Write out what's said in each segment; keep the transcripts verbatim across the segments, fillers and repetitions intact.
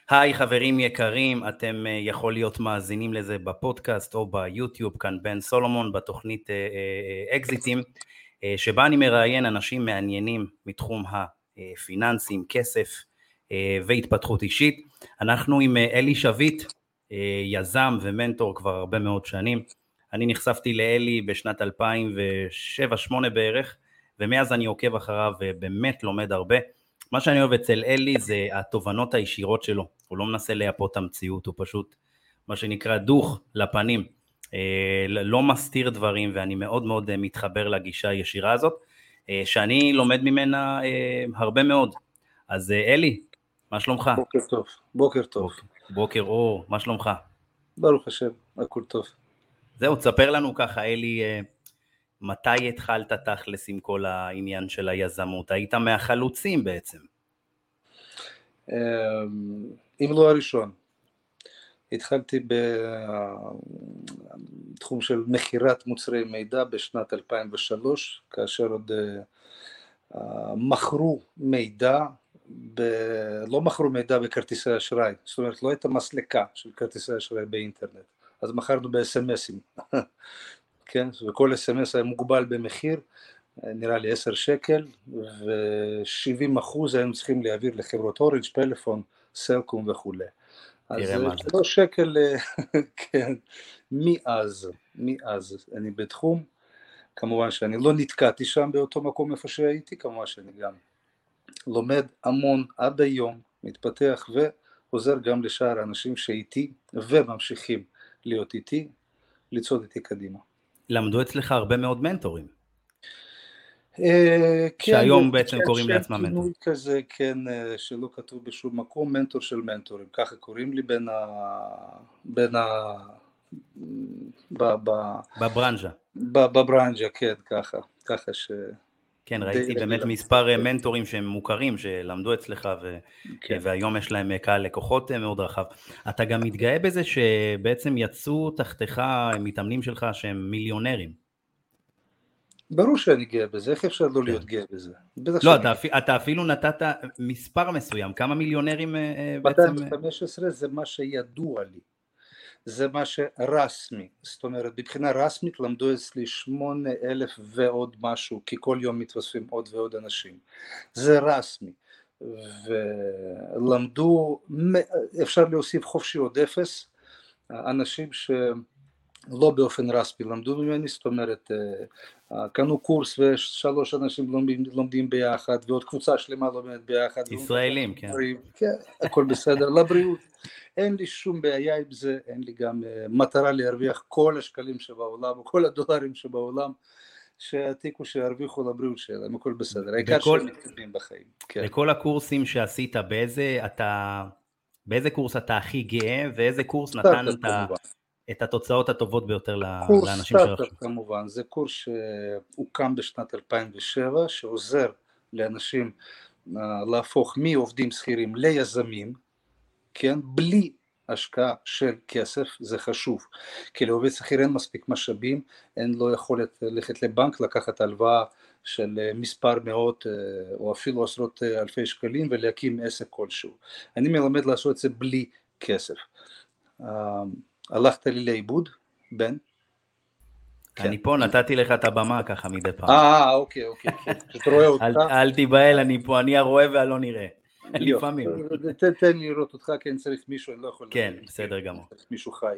היי חברים יקרים, אתם uh, יכול להיות מאזינים לזה בפודקאסט או ביוטיוב, כאן בן סולומון בתוכנית אקזיטים, uh, uh, uh, שבה אני מראיין אנשים מעניינים מתחום הפיננסים, כסף uh, והתפתחות אישית. אנחנו עם uh, אלי שביט, uh, יזם ומנטור כבר הרבה מאוד שנים. אני נחשפתי לאלי בשנת אלפיים ושבע שמונה בערך, ומאז אני עוקב אחריו ובאמת לומד הרבה. מה שאני אוהב אצל אלי זה התובנות הישירות שלו, הוא לא מנסה לייפות המציאות, הוא פשוט מה שנקרא דוך לפנים, לא מסתיר דברים, ואני מאוד מאוד מתחבר לגישה הישירה הזאת, שאני לומד ממנה הרבה מאוד. אז אלי, מה שלומך? בוקר טוב, בוקר טוב. בוקר, בוקר אור, מה שלומך? ברוך השם, הכל טוב. זהו, תספר לנו ככה אלי, מתי התחלת תכלס עם כל העניין של היזמות? היית מהחלוצים בעצם. אם לא הראשון, התחלתי בתחום של מחירת מוצרי מידע בשנת אלפיים ושלוש, כאשר עוד מכרו מידע, ב... לא מכרו מידע בכרטיסי אשראי, זאת אומרת לא הייתה מסלקה של כרטיסי אשראי באינטרנט, אז מכרנו ב-אס אם אסים, כן? וכל אס אם אס היה מוגבל במחיר, נראה לי עשר שקל, ו-שבעים אחוז היינו צריכים להעביר לחברות אורנג', פלאפון, סלקום וכו'. אז לא שקל, כן, מאז, מאז אני בתחום, כמובן שאני לא נתקעתי שם באותו מקום איפה שהייתי, כמובן שאני גם לומד המון עד היום, מתפתח ועוזר גם לשאר האנשים שאיתי וממשיכים להיות איתי, לצעוד איתי קדימה. למדו אצלך הרבה מאוד מנטורים. שהיום בעצם קוראים לעצמם מנטור. כינוי כזה, כן, שלא כתוב בשום מקום, מנטור של מנטורים, ככה קוראים לי בין ה... בין ה... בברנז'ה. בברנז'ה, כן, ככה, ככה ש... כן, ראיתי באמת מספר מנטורים שהם מוכרים, שלמדו אצלך, והיום יש להם קהל לקוחות מאוד רחב. אתה גם מתגאה בזה שבעצם יצאו תחתיך מתאמנים שלך שהם מיליונרים. ברור שאני גאה בזה, איך אפשר לא להיות גאה בזה? לא, אתה אפילו נתת מספר מסוים, כמה מיליונרים בעצם... מאתיים וחמש עשרה זה מה שידוע לי, זה מה שרסמי, זאת אומרת, בבחינה רסמית למדו אצלי שמונה אלף ועוד משהו, כי כל יום מתווספים עוד ועוד אנשים, זה רסמי, ולמדו, אפשר להוסיף חופשי עוד אפס, אנשים ש... לא באופן רסמי, למדו ממני, זאת אומרת, קנו קורס ושלוש אנשים לומדים, לומדים ביחד, ועוד קבוצה שלמה לומדת ביחד. ישראלים, כן. כן, הכל בסדר, לבריאות. אין לי שום בעיה עם זה, אין לי גם מטרה להרוויח כל השקלים שבעולם, וכל הדולרים שבעולם, שעתיקו שירוויחו לבריאות שלהם, הכל בסדר. העיקר שהם מתקדמים בחיים. כן. בכל הקורסים שעשית, באיזה אתה, באיזה קורס אתה הכי גאה, ואיזה קורס נתן את ה... את התוצאות הטובות ביותר לאנשים שלכם. קורס סטארט-אפ כמובן, זה קורס שהוקם בשנת אלפיים ושבע, שעוזר לאנשים להפוך מעובדים שכירים ליזמים, כן, בלי השקעה של כסף, זה חשוב, כי לעובד שכיר אין מספיק משאבים, אין לו יכולת ללכת לבנק, לקחת הלוואה של מספר מאות או אפילו עשרות אלפי שקלים ולהקים עסק כלשהו. אני מלמד לעשות את זה בלי כסף. הלכת לי לאיבוד, בן? אני פה, נתתי לך את הבמה ככה מדי פעם. אה, אוקיי, אוקיי, שאתה רואה אותך. אל תיבהל, אני פה, אני הרואה והלא נראה. לפעמים. תן לי לראות אותך, כי אני צריך מישהו, אני לא יכול... כן, בסדר גמור. מישהו חי.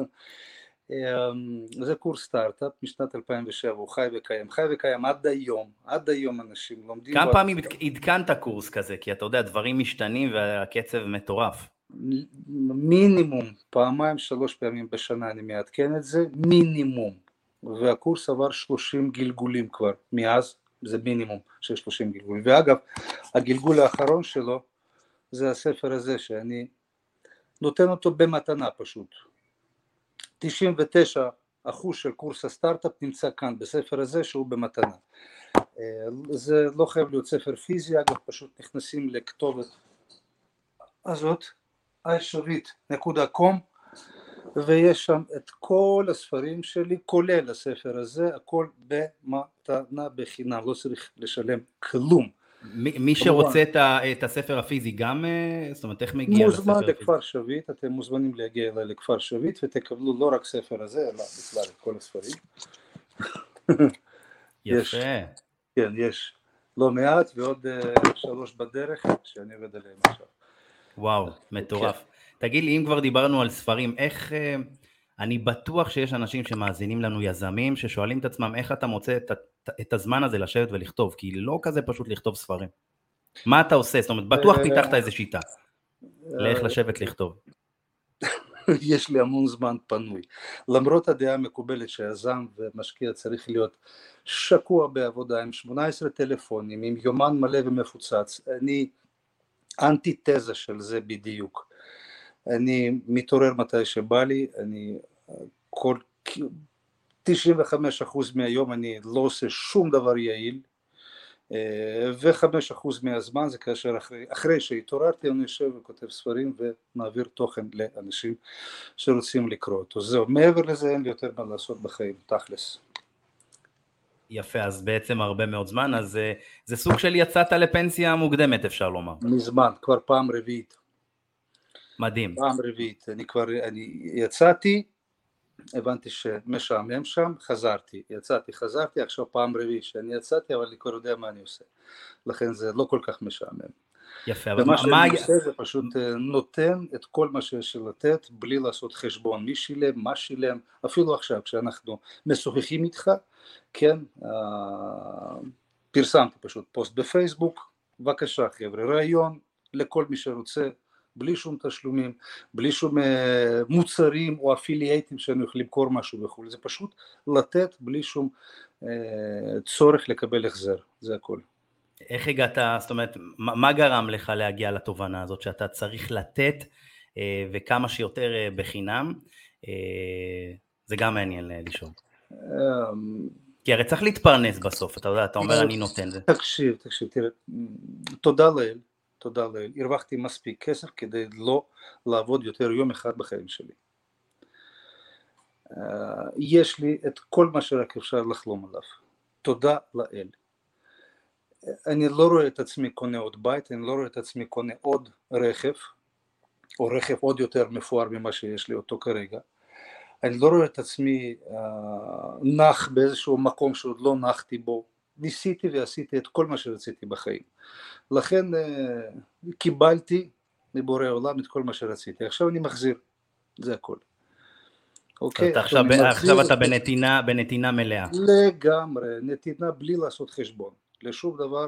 זה קורס סטארט-אפ משנת אלפיים ושבע, הוא חי וקיים. חי וקיים עד היום, עד היום אנשים לומדים... כמה פעמים עדכנת קורס כזה? כי אתה יודע, דברים משתנים והקצב מטורף. מינימום, פעמיים, שלוש פעמים בשנה אני מעדכן את זה, מינימום, והקורס עבר שלושים גלגולים כבר, מאז זה מינימום של שלושים גלגולים, ואגב, הגלגול האחרון שלו, זה הספר הזה שאני נותן אותו במתנה פשוט, תשעים ותשע אחוז של קורס הסטארט-אפ נמצא כאן, בספר הזה שהוא במתנה, זה לא חייב להיות ספר פיזי, אגב פשוט נכנסים לכתובת הזאת, איי שביט נקודה קום, ויש שם את כל הספרים שלי, כולל הספר הזה, הכל במתנה בחינם, לא צריך לשלם כלום. מי שרוצה את הספר הפיזי גם, זאת אומרת, איך מגיע לספר הפיזי? מוזמן לכפר שביט, אתם מוזמנים להגיע אליי לכפר שביט, ותקבלו לא רק ספר הזה, אלא בכלל את כל הספרים. יפה. כן, יש לא מעט, ועוד שלוש בדרך, שאני עובד עליהם עכשיו. וואו, מטורף. תגיד לי, אם כבר דיברנו על ספרים, איך... אני בטוח שיש אנשים שמאזינים לנו, יזמים, ששואלים את עצמם איך אתה מוצא את, את הזמן הזה לשבת ולכתוב, כי לא כזה פשוט לכתוב ספרים. מה אתה עושה? זאת אומרת, בטוח פיתחת איזו שיטה, לאיך לשבת לכתוב. יש לי המון זמן פנוי. למרות הדעה המקובלת שיזם ומשקיע צריך להיות שקוע בעבודה, עם שמונה עשרה טלפונים, עם יומן מלא ומפוצץ, אני אנטי תזה של זה בדיוק. אני מתעורר מתי שבא לי, אני כל תשעים וחמישה אחוז מהיום אני לא עושה שום דבר יעיל, ו-חמישה אחוז מהזמן זה כאשר אחרי, אחרי שהתעוררתי אני יושב וכותב ספרים ומעביר תוכן לאנשים שרוצים לקרוא אותו. זהו, מעבר לזה אין לי יותר מה לעשות בחיים, תכלס. יפה, אז בעצם הרבה מאוד זמן, אז זה סוג של יצאת לפנסיה מוקדמת אפשר לומר. מזמן, כבר פעם רביעית. מדהים. פעם רביעית, אני כבר, אני יצאתי, הבנתי שמשעמם שם, חזרתי, יצאתי, חזרתי, עכשיו פעם רביעית שאני יצאתי, אבל אני כבר יודע מה אני עושה, לכן זה לא כל כך משעמם. יפה, אבל ומה מה... שאני מה... עושה זה פשוט נותן את כל מה שיש לתת, בלי לעשות חשבון, מי שילם, מה שילם, אפילו עכשיו כשאנחנו משוחחים איתך, כן, פרסמתי פשוט פוסט בפייסבוק, בבקשה חבר'ה, רעיון לכל מי שרוצה, בלי שום תשלומים, בלי שום מוצרים או אפילייטים שאני יכול למכור משהו וכו', זה פשוט לתת בלי שום צורך לקבל החזר, זה הכל. איך הגעת, זאת אומרת, מה גרם לך להגיע לתובנה הזאת שאתה צריך לתת וכמה שיותר בחינם? זה גם מעניין לשאול. כי הרי צריך להתפרנס בסוף, אתה יודע, אתה אומר אני נותן זה. תקשיב, תקשיב, תראה, תודה לאל. תודה לאל, הרווחתי מספיק כסף כדי לא לעבוד יותר יום אחד בחיים שלי. יש לי את כל מה שרק אפשר לחלום עליו, תודה לאל. אני לא רואה את עצמי קונה עוד בית, אני לא רואה את עצמי קונה עוד רכב, או רכב עוד יותר מפואר ממה שיש לי אותו כרגע. אני לא רואה את עצמי נח באיזשהו מקום שעוד לא נחתי בו. ניסיתי ועשיתי את כל מה שרציתי בחיים. לכן קיבלתי מבורא העולם את כל מה שרציתי. עכשיו אני מחזיר, זה הכל. אוקיי? עכשיו, עכשיו אתה בנתינה, בנתינה מלאה. לגמרי, נתינה בלי לעשות חשבון, לשום דבר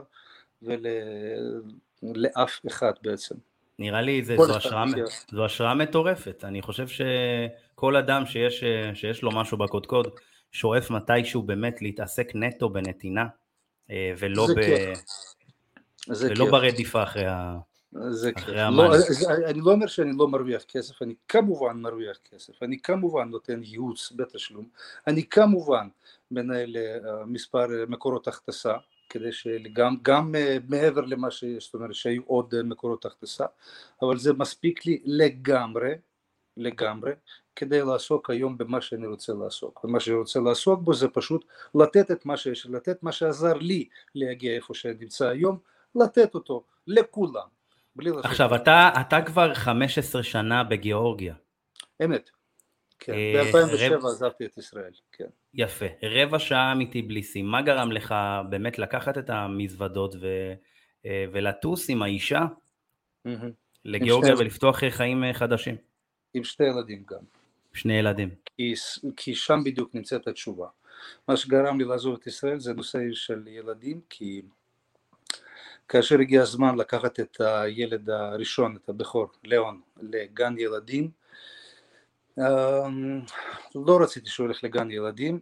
ולאף אחד בעצם. נראה לי זה, זו, השראה, זו השראה מטורפת. אני חושב שכל אדם שיש, שיש לו משהו בקודקוד, שואף מתישהו באמת להתעסק נטו בנתינה, ולא, ב... ולא ברדיפה אחרי, ה... אחרי המאני. לא, אני לא אומר שאני לא מרוויח כסף, אני כמובן מרוויח כסף, אני כמובן נותן ייעוץ בתשלום, אני כמובן מנהל מספר מקורות הכנסה, כדי שגם גם מעבר למה שיש, זאת אומרת שהיו עוד מקורות הכנסה, אבל זה מספיק לי לגמרי, לגמרי, כדי לעסוק היום במה שאני רוצה לעסוק, ומה שאני רוצה לעסוק בו זה פשוט לתת את מה שיש, לתת מה שעזר לי להגיע איפה שאני נמצא היום, לתת אותו לכולם. עכשיו, אתה, אתה כבר חמש עשרה שנה בגיאורגיה. אמת. כן, ב-אלפיים ושבע עזבתי את ישראל, כן. יפה, רבע שעה מטיבליסי, מה גרם לך באמת לקחת את המזוודות ו, ולטוס עם האישה לגיאורגיה ולפתוח חיים חדשים? עם שתי ילדים גם. שני ילדים. כי, כי שם בדיוק נמצאת התשובה. מה שגרם לי לעזוב את ישראל זה נושא של ילדים, כי כאשר הגיע הזמן לקחת את הילד הראשון, את הבכור, ליאון, לגן ילדים, לא רציתי שהוא הולך לגן ילדים,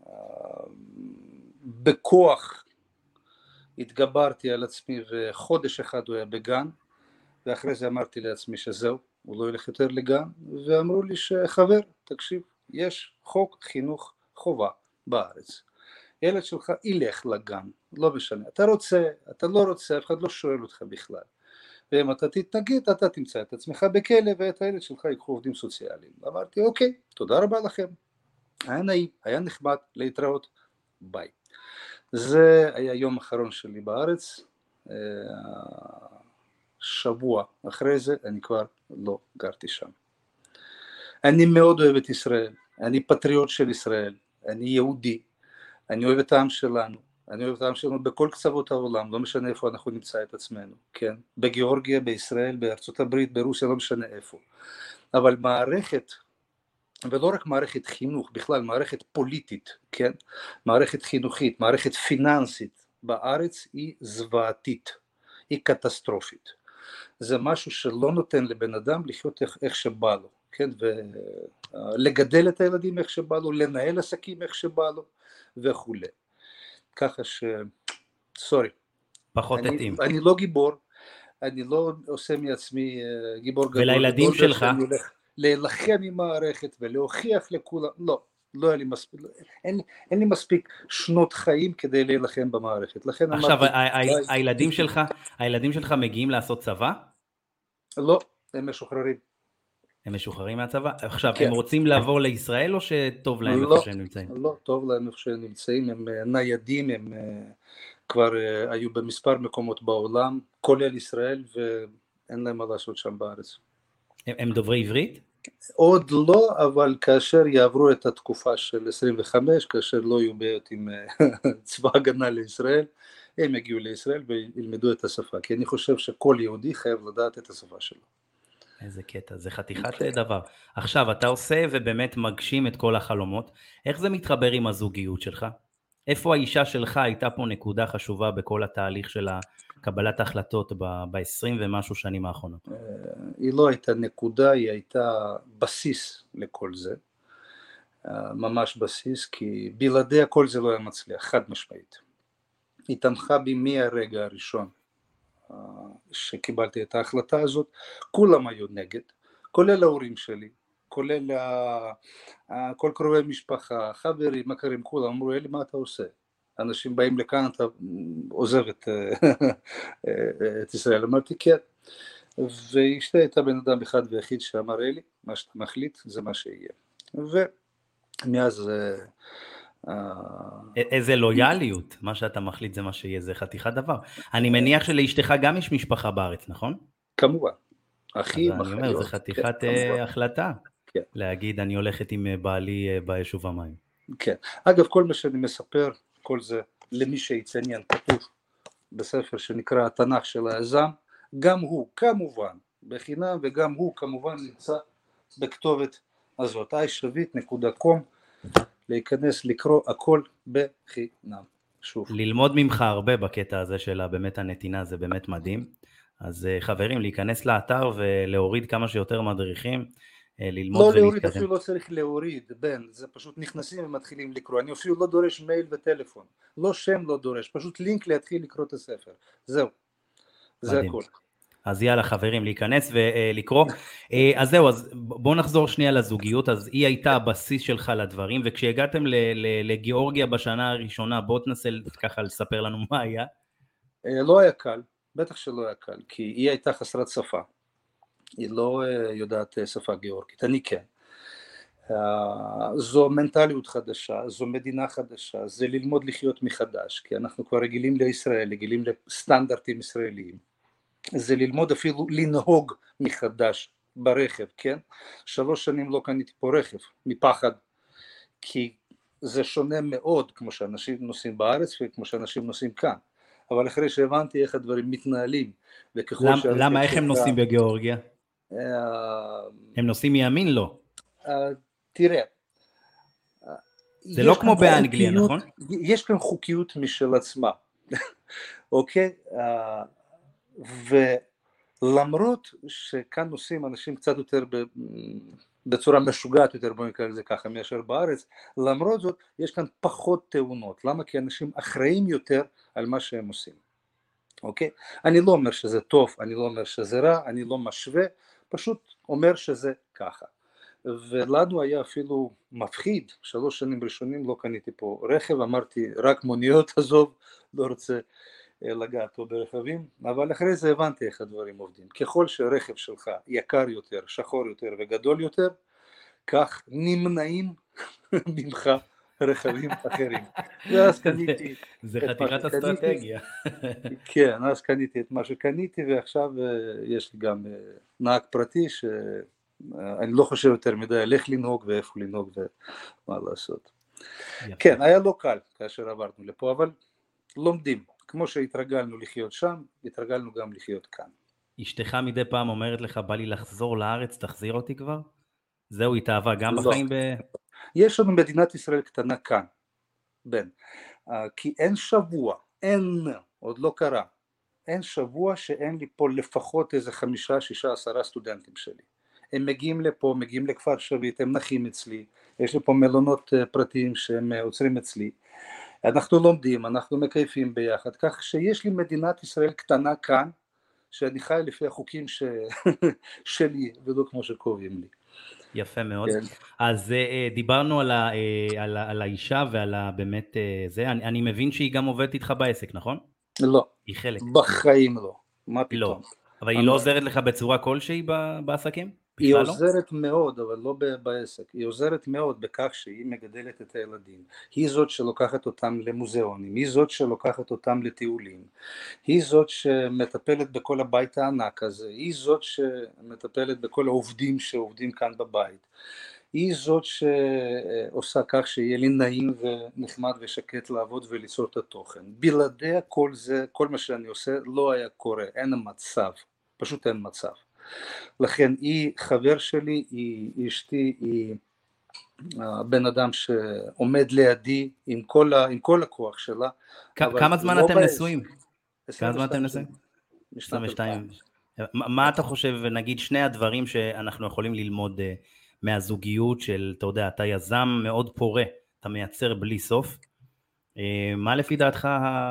בכוח התגברתי על עצמי וחודש אחד הוא היה בגן, ואחרי זה אמרתי לעצמי שזהו, הוא לא ילך יותר לגן, ואמרו לי שחבר, תקשיב, יש חוק חינוך חובה בארץ, ילד שלך ילך לגן, לא משנה, אתה רוצה, אתה לא רוצה, אף אחד לא שואל אותך בכלל, ואם אתה תתנגד, אתה תמצא את עצמך בכלא, ואת הילד שלך ייקחו עובדים סוציאליים. אמרתי, אוקיי, תודה רבה לכם, היה נעים, היה נחמד, להתראות, ביי. זה היה יום האחרון שלי בארץ, שבוע אחרי זה אני כבר לא גרתי שם. אני מאוד אוהב את ישראל, אני פטריוט של ישראל, אני יהודי, אני אוהב את העם שלנו, אני אוהב את העם שלנו בכל קצוות העולם, לא משנה איפה אנחנו נמצא את עצמנו, כן? בגיאורגיה, בישראל, בארצות הברית, ברוסיה, לא משנה איפה. אבל מערכת, ולא רק מערכת חינוך, בכלל מערכת פוליטית, כן? מערכת חינוכית, מערכת פיננסית בארץ היא זוועתית, היא קטסטרופית. זה משהו שלא נותן לבן אדם לחיות איך, איך שבא לו, כן? ולגדל את הילדים איך שבא לו, לנהל עסקים איך שבא לו וכו'. ככה ש... סורי. פחות אני, עתים. אני לא גיבור, אני לא עושה מעצמי גיבור גדול. ולילדים גדול שלך? שאני הולך להילחם עם מערכת ולהוכיח לכולם, לא. לא היה לי מספיק, אין, אין לי מספיק שנות חיים כדי להילחם במערכת. לכן עכשיו, אמרתי, ה- ה- הילדים שלך, הילדים שלך מגיעים לעשות צבא? לא, הם משוחררים. הם משוחררים מהצבא? עכשיו, כן. הם רוצים לעבור לישראל או שטוב להם לא, איפה שהם נמצאים? לא, טוב להם איפה שהם נמצאים, הם ניידים, הם כבר היו במספר מקומות בעולם, כולל ישראל, ואין להם מה לעשות שם בארץ. הם, הם דוברי עברית? עוד לא, אבל כאשר יעברו את התקופה של עשרים וחמש, כאשר לא יהיו בעיות עם צבא הגנה לישראל, הם יגיעו לישראל וילמדו את השפה, כי אני חושב שכל יהודי חייב לדעת את השפה שלו. איזה קטע, זה חתיכת דבר. עכשיו, אתה עושה ובאמת מגשים את כל החלומות, איך זה מתחבר עם הזוגיות שלך? איפה האישה שלך הייתה פה נקודה חשובה בכל התהליך של קבלת ההחלטות ב-עשרים ומשהו שנים האחרונות? היא לא הייתה נקודה, היא הייתה בסיס לכל זה, ממש בסיס, כי בלעדיה כל זה לא היה מצליח, חד משמעית. היא תמכה בי מהרגע הראשון שקיבלתי את ההחלטה הזאת, כולם היו נגד, כולל ההורים שלי, כולל כל קרובי משפחה, חברים, מכרים, כולם אמרו, אלי, מה אתה עושה? אנשים באים לכאן, אתה עוזב את, את ישראל. אמרתי, כן. ואשתי הייתה בן אדם אחד ויחיד שאמר, אלי, מה שאתה מחליט זה מה שיהיה. ומאז... איזה לויאליות, מה שאתה מחליט זה מה שיהיה, זה חתיכת דבר. אני מניח שלאשתך גם יש משפחה בארץ, נכון? כמובן. אחי, אז אני אומר, זה חתיכת החלטה, להגיד אני הולכת עם בעלי ביישוב המים. כן, אגב כל מה שאני מספר, כל זה למי שיצעניין כתוב בספר שנקרא התנ"ך של היזם, גם הוא כמובן בחינם וגם הוא כמובן נמצא בכתובת הזאת, איי שביט נקודה קום, להיכנס לקרוא הכל בחינם. שוב. ללמוד ממך הרבה בקטע הזה של באמת הנתינה, זה באמת מדהים. אז חברים, להיכנס לאתר ולהוריד כמה שיותר מדריכים, ללמוד לא ולהתקדם. להוריד, אפילו לא צריך להוריד, בן, זה פשוט נכנסים ומתחילים לקרוא, אני אפילו לא דורש מייל וטלפון, לא שם לא דורש, פשוט לינק להתחיל לקרוא את הספר, זהו, זה הכל. אז יאללה חברים, להיכנס ולקרוא. אז זהו, אז בואו נחזור שנייה לזוגיות, אז היא הייתה הבסיס שלך לדברים, וכשהגעתם לגיאורגיה בשנה הראשונה, בוא תנסה ככה לספר לנו מה היה. לא היה קל, בטח שלא היה קל, כי היא הייתה חסרת שפה, היא לא יודעת שפה גיאורגית, אני כן. זו מנטליות חדשה, זו מדינה חדשה, זה ללמוד לחיות מחדש, כי אנחנו כבר רגילים לישראל, רגילים לסטנדרטים ישראליים. זה ללמוד אפילו לנהוג מחדש ברכב, כן? שלוש שנים לא קניתי פה רכב, מפחד, כי זה שונה מאוד כמו שאנשים נוסעים בארץ וכמו שאנשים נוסעים כאן. אבל אחרי שהבנתי איך הדברים מתנהלים, וככל למ, למה, איך הם נוסעים בגיאורגיה? הם נוסעים מימין, לא? תראה. זה לא כמו באנגליה, נכון? יש כאן חוקיות משל עצמה, אוקיי? ולמרות שכאן נוסעים אנשים קצת יותר בצורה משוגעת יותר, בוא נקרא לזה ככה, מאשר בארץ, למרות זאת יש כאן פחות תאונות. למה? כי אנשים אחראים יותר על מה שהם עושים. אוקיי? אני לא אומר שזה טוב, אני לא אומר שזה רע, אני לא משווה, פשוט אומר שזה ככה. ולנו היה אפילו מפחיד, שלוש שנים ראשונים לא קניתי פה רכב, אמרתי רק מוניות עזוב, לא רוצה לגעת פה ברכבים, אבל אחרי זה הבנתי איך הדברים עובדים. ככל שהרכב שלך יקר יותר, שחור יותר וגדול יותר, כך נמנעים ממך רכבים אחרים. ואז קניתי... זה חתיכת אסטרטגיה. כן, אז קניתי את מה שקניתי, ועכשיו יש לי גם נהג פרטי, שאני לא חושב יותר מדי על איך לנהוג ואיפה לנהוג ומה לעשות. כן, היה לא קל כאשר עברנו לפה, אבל לומדים. כמו שהתרגלנו לחיות שם, התרגלנו גם לחיות כאן. אשתך מדי פעם אומרת לך, בא לי לחזור לארץ, תחזיר אותי כבר? זהו, התאהבה גם בחיים ב... יש לנו מדינת ישראל קטנה כאן, בן, כי אין שבוע, אין, עוד לא קרה, אין שבוע שאין לי פה לפחות איזה חמישה, שישה, עשרה סטודנטים שלי. הם מגיעים לפה, מגיעים לכפר שביט, הם נחים אצלי, יש לי פה מלונות פרטיים שהם עוצרים אצלי. אנחנו לומדים, אנחנו מקייפים ביחד, כך שיש לי מדינת ישראל קטנה כאן, שאני חי לפי החוקים ש... שלי, ולא כמו שקובעים לי. יפה מאוד. כן. אז דיברנו על, ה... על, ה... על האישה ועל ה... באמת זה, אני, אני מבין שהיא גם עובדת איתך בעסק, נכון? לא. היא חלק. בחיים לא. מה פתאום? לא. אבל היא לא עוזרת לך בצורה כלשהי בעסקים? היא עוזרת מאוד, אבל לא בעסק, היא עוזרת מאוד בכך שהיא מגדלת את הילדים, היא זאת שלוקחת אותם למוזיאונים, היא זאת שלוקחת אותם לטיולים, היא זאת שמטפלת בכל הבית הענק הזה, היא זאת שמטפלת בכל העובדים שעובדים כאן בבית, היא זאת שעושה כך שיהיה לי נעים ונחמד ושקט לעבוד וליצור את התוכן. בלעדיה כל זה, כל מה שאני עושה לא היה קורה, אין מצב, פשוט אין מצב. לכן היא חבר שלי, היא אשתי, היא בן אדם שעומד לידי עם כל, ה, עם כל הכוח שלה. כמה זמן אתם נשואים? כמה זמן אתם נשואים? עשרים ושתיים. מה אתה חושב, נגיד שני הדברים שאנחנו יכולים ללמוד מהזוגיות של, אתה יודע, אתה יזם מאוד פורה, אתה מייצר בלי סוף, מה לפי דעתך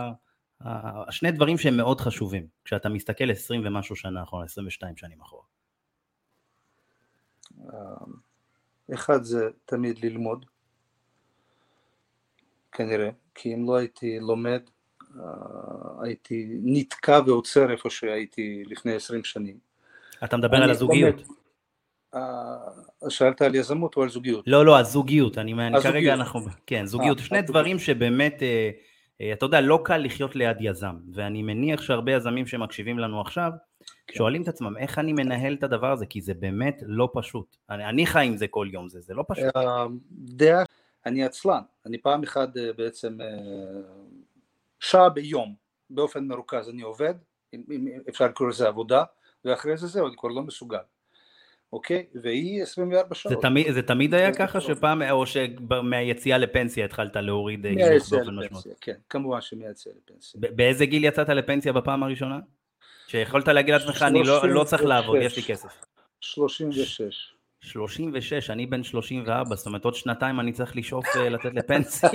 השני דברים שהם מאוד חשובים, כשאתה מסתכל עשרים ומשהו שנה אחורה, עשרים ושתיים שנים אחורה? אחד זה תמיד ללמוד, כנראה, כי אם לא הייתי לומד, הייתי נתקע ועוצר איפה שהייתי לפני עשרים שנים. אתה מדבר על הזוגיות? שאלת על יזמות או על זוגיות? לא, לא, הזוגיות, אני כרגע אנחנו, כן, זוגיות, שני דברים שבאמת, אתה יודע, לא קל לחיות ליד יזם, ואני מניח שהרבה יזמים שמקשיבים לנו עכשיו, שואלים את עצמם, איך אני מנהל את הדבר הזה, כי זה באמת לא פשוט. אני, אני חי עם זה כל יום, זה, זה לא פשוט. דעה, אני עצלן, אני פעם אחת בעצם, שעה ביום, באופן מרוכז אני עובד, אפשר לקרוא לזה עבודה, ואחרי זה זהו, אני כבר לא מסוגל. אוקיי? והיא עשרים וארבע שעות. זה תמיד, זה תמיד היה ככה שפעם, או שמהיציאה לפנסיה התחלת להוריד הילוך באופן משמעות? כן, כמובן שמהיציאה לפנסיה. באיזה גיל יצאת לפנסיה בפעם הראשונה? שיכולת להגיד לעצמך, אני לא, לא צריך לעבוד, יש לי כסף. שלושים ושש. שלושים ושש, אני בן שלושים וארבע, זאת אומרת עוד שנתיים אני צריך לשאוף לתת לפנסיה.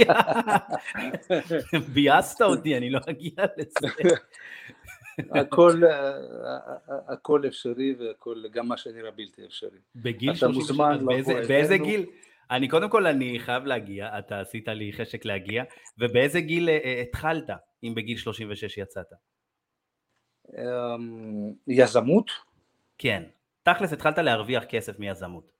ביאסת אותי, אני לא אגיע לזה. הכל, הכל אפשרי והכל, גם מה שנראה בלתי אפשרי. בגיל שלושים ושש, באיזה, באיזה גיל? אני קודם כל אני חייב להגיע, אתה עשית לי חשק להגיע, ובאיזה גיל התחלת, אם בגיל שלושים ושש יצאת? יזמות? כן, תכלס התחלת להרוויח כסף מיזמות.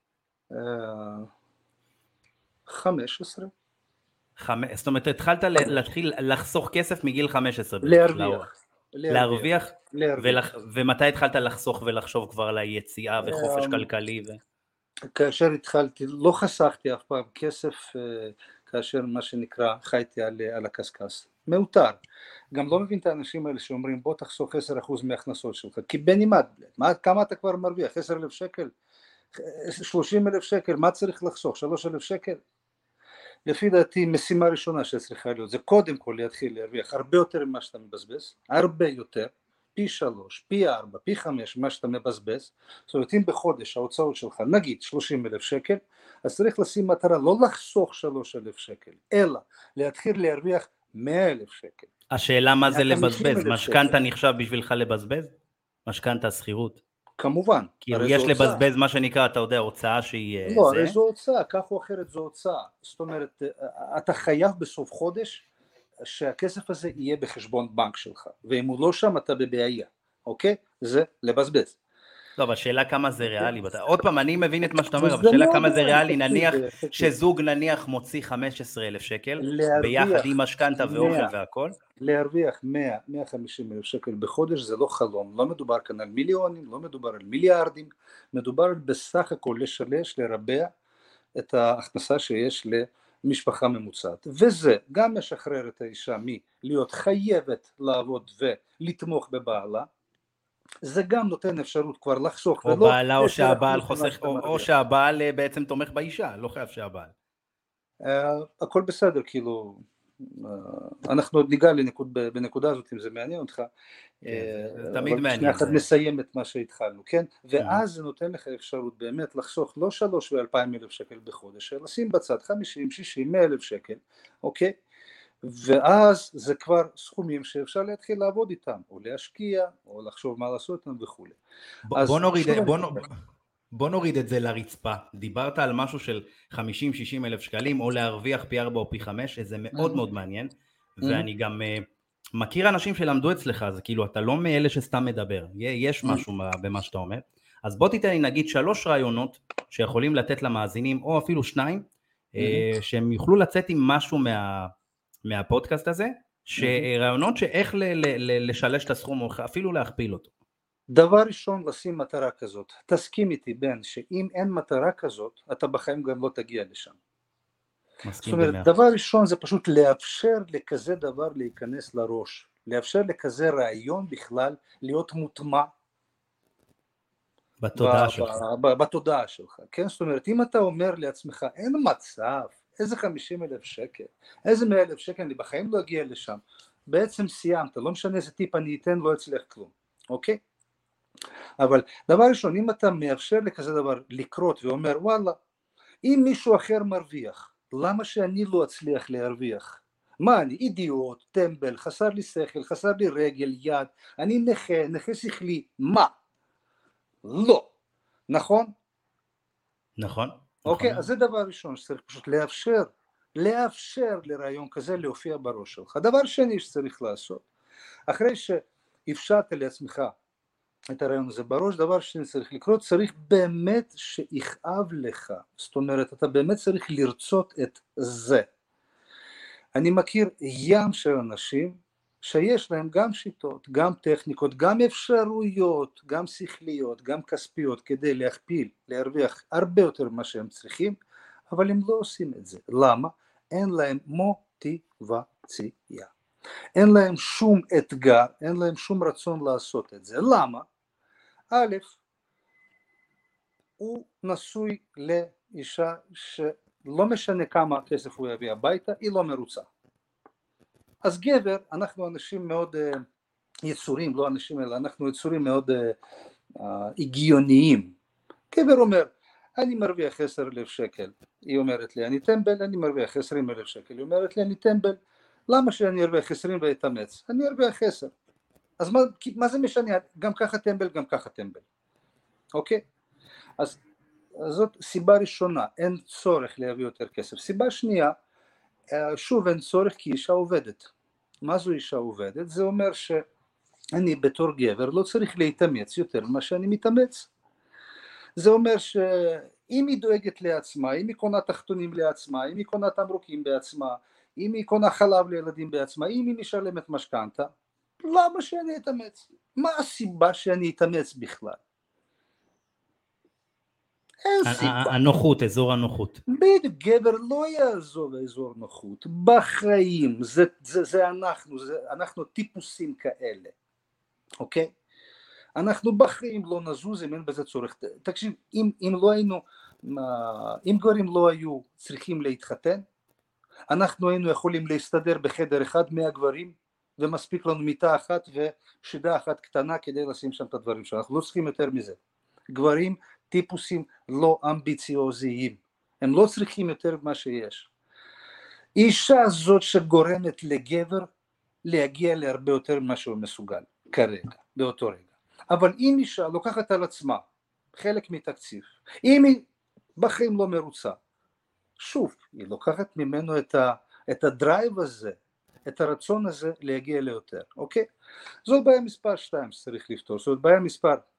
חמש עשרה. זאת אומרת, התחלת להתחיל לחסוך כסף מגיל חמש עשרה. להרוויח. להרוויח, ומתי התחלת לחסוך ולחשוב כבר על היציאה וחופש כלכלי? כאשר התחלתי, לא חסכתי אף פעם כסף, כאשר מה שנקרא חייתי על הקסקס, מאותר. גם לא מבין את האנשים האלה שאומרים בוא תחסוך עשרה אחוז מההכנסות שלך, כי בנימד, כמה אתה כבר מרוויח? עשרה אלף שקל? שלושים אלף שקל? מה צריך לחסוך? שלושה אלף שקל? לפי דעתי משימה ראשונה שצריכה להיות, זה קודם כל להתחיל להרוויח הרבה יותר ממה שאתה מבזבז, הרבה יותר, פי שלוש, פי ארבע, פי חמש ממה שאתה מבזבז. זאת אומרת אם בחודש ההוצאות שלך נגיד שלושים אלף שקל, אז צריך לשים מטרה לא לחסוך שלוש אלף שקל, אלא להתחיל להרוויח מאה אלף שקל. השאלה מה זה לבזבז, משכנתה נחשב בשבילך לבזבז? משכנתה, שכירות? כמובן. כאילו יש לבזבז מה שנקרא, אתה יודע, הוצאה שהיא... לא, הרי זו הוצאה, כך או אחרת זו הוצאה. זאת אומרת, אתה חייב בסוף חודש שהכסף הזה יהיה בחשבון בנק שלך, ואם הוא לא שם אתה בבעיה, אוקיי? זה לבזבז. לא, אבל שאלה כמה זה ריאלי, עוד פעם, אני מבין את מה שאתה אומר, אבל שאלה כמה זה ריאלי, נניח שזוג נניח מוציא חמישה עשר אלף שקל, ביחד עם משכנתה ואוכל והכל. להרוויח מאה עד מאה וחמישים אלף שקל בחודש זה לא חלום, לא מדובר כאן על מיליונים, לא מדובר על מיליארדים, מדובר בסך הכל לשלש, לרבע את ההכנסה שיש למשפחה ממוצעת, וזה גם משחרר את האישה מלהיות חייבת לעבוד ולתמוך בבעלה, זה גם נותן אפשרות כבר לחסוך, או בעלה או שהבעל חוסך, או שהבעל בעצם תומך באישה, לא חייב שהבעל. הכל בסדר, כאילו, אנחנו עוד ניגע בנקודה הזאת אם זה מעניין אותך, תמיד מעניין. שנייה אחת נסיים את מה שהתחלנו, כן? ואז זה נותן לך אפשרות באמת לחסוך לא שלוש ואלפיים אלף שקל בחודש, אלא לשים בצד חמישים, שישים, מאה אלף שקל, אוקיי? ואז זה כבר סכומים שאפשר להתחיל לעבוד איתם, או להשקיע, או לחשוב מה לעשות איתם וכו'. בוא נוריד, בוא, בוא נוריד את זה לרצפה. דיברת על משהו של חמישים שישים אלף שקלים, או להרוויח פי ארבע או פי חמש, זה מאוד מאוד מעניין, ואני גם מכיר אנשים שלמדו אצלך, זה כאילו אתה לא מאלה שסתם מדבר, יש משהו במה שאתה אומר. אז בוא תיתן לי נגיד שלוש רעיונות שיכולים לתת למאזינים, או אפילו שניים, שהם יוכלו לצאת עם משהו מה... מהפודקאסט הזה, שרעיונות שאיך ל- ל- לשלש את הסכום, או אפילו להכפיל אותו. דבר ראשון, לשים מטרה כזאת. תסכים איתי בן, שאם אין מטרה כזאת, אתה בחיים גם לא תגיע לשם. זאת אומרת, דבר ראשון זה פשוט לאפשר לכזה דבר להיכנס לראש, לאפשר לכזה רעיון בכלל להיות מוטמע בתודעה ב- שלך. ב- ב- בתודעה שלך, כן? זאת אומרת, אם אתה אומר לעצמך, אין מצב, איזה חמישים אלף שקל, איזה מאה אלף שקל, אני בחיים לא אגיע לשם, בעצם סיימת, לא משנה איזה טיפ אני אתן, לא אצלך כלום, אוקיי? אבל דבר ראשון, אם אתה מאפשר לכזה דבר לקרות ואומר, וואלה, אם מישהו אחר מרוויח, למה שאני לא אצליח להרוויח? מה אני, אידיוט, טמבל, חסר לי שכל, חסר לי רגל, יד, אני נכה, נכה שכלי, מה? לא, נכון? נכון. אוקיי, נכון. אז זה דבר ראשון שצריך פשוט לאפשר, לאפשר לרעיון כזה להופיע בראש שלך. דבר שני שצריך לעשות, אחרי שאפשרת לעצמך את הרעיון הזה בראש, דבר שני צריך לקרות, צריך באמת שיכאב לך, זאת אומרת, אתה באמת צריך לרצות את זה. אני מכיר ים של אנשים שיש להם גם שיטות, גם טכניקות, גם אפשרויות, גם שכליות, גם כספיות, כדי להכפיל, להרוויח הרבה יותר ממה שהם צריכים, אבל הם לא עושים את זה. למה? אין להם מוטיבציה. אין להם שום אתגר, אין להם שום רצון לעשות את זה. למה? א', הוא נשוי לאישה שלא משנה כמה כסף הוא יביא הביתה, היא לא מרוצה. אז גבר, אנחנו אנשים מאוד uh, יצורים, לא אנשים אלא אנחנו יצורים מאוד uh, uh, הגיוניים. גבר אומר, אני מרוויח עשר אלף שקל, היא אומרת לי, אני טמבל, אני מרוויח עשרים אלף שקל, היא אומרת לי, אני טמבל, למה שאני ארוויח עשרים ואתאמץ? אני ארוויח עשר. אז מה, מה זה משנה? גם ככה טמבל, גם ככה טמבל. אוקיי? אז, אז זאת סיבה ראשונה, אין צורך להביא יותר כסף. סיבה שנייה, שוב אין צורך כי אישה עובדת. מה זו אישה עובדת? זה אומר שאני בתור גבר לא צריך להתאמץ יותר ממה שאני מתאמץ. זה אומר שאם היא דואגת לעצמה, אם היא קונה תחתונים לעצמה, אם היא קונה תמרוקים בעצמה, אם היא קונה חלב לילדים בעצמה, אם היא משלמת משכנתה, למה שאני אתאמץ? מה הסיבה שאני אתאמץ בכלל? אין סיבה. הנוחות, אזור הנוחות. בדיוק, גבר לא יעזוב אזור נוחות, בחיים, זה, זה, זה אנחנו, זה, אנחנו טיפוסים כאלה, אוקיי? אנחנו בחיים לא נזוז אם אין בזה צורך. תקשיב, אם, אם לא היינו, אם גברים לא היו צריכים להתחתן, אנחנו היינו יכולים להסתדר בחדר אחד מהגברים, ומספיק לנו מיטה אחת ושידה אחת קטנה כדי לשים שם את הדברים שלנו, אנחנו לא צריכים יותר מזה. גברים טיפוסים לא אמביציוזיים, הם לא צריכים יותר ממה שיש. אישה זאת שגורמת לגבר להגיע להרבה יותר ממה שהוא מסוגל כרגע, באותו רגע. אבל אם אישה לוקחת על עצמה חלק מתקציב, אם היא בחיים לא מרוצה, שוב, היא לוקחת ממנו את, ה, את הדרייב הזה, את הרצון הזה להגיע ליותר, אוקיי? זאת בעיה מספר שתיים שצריך לפתור, זאת בעיה מספר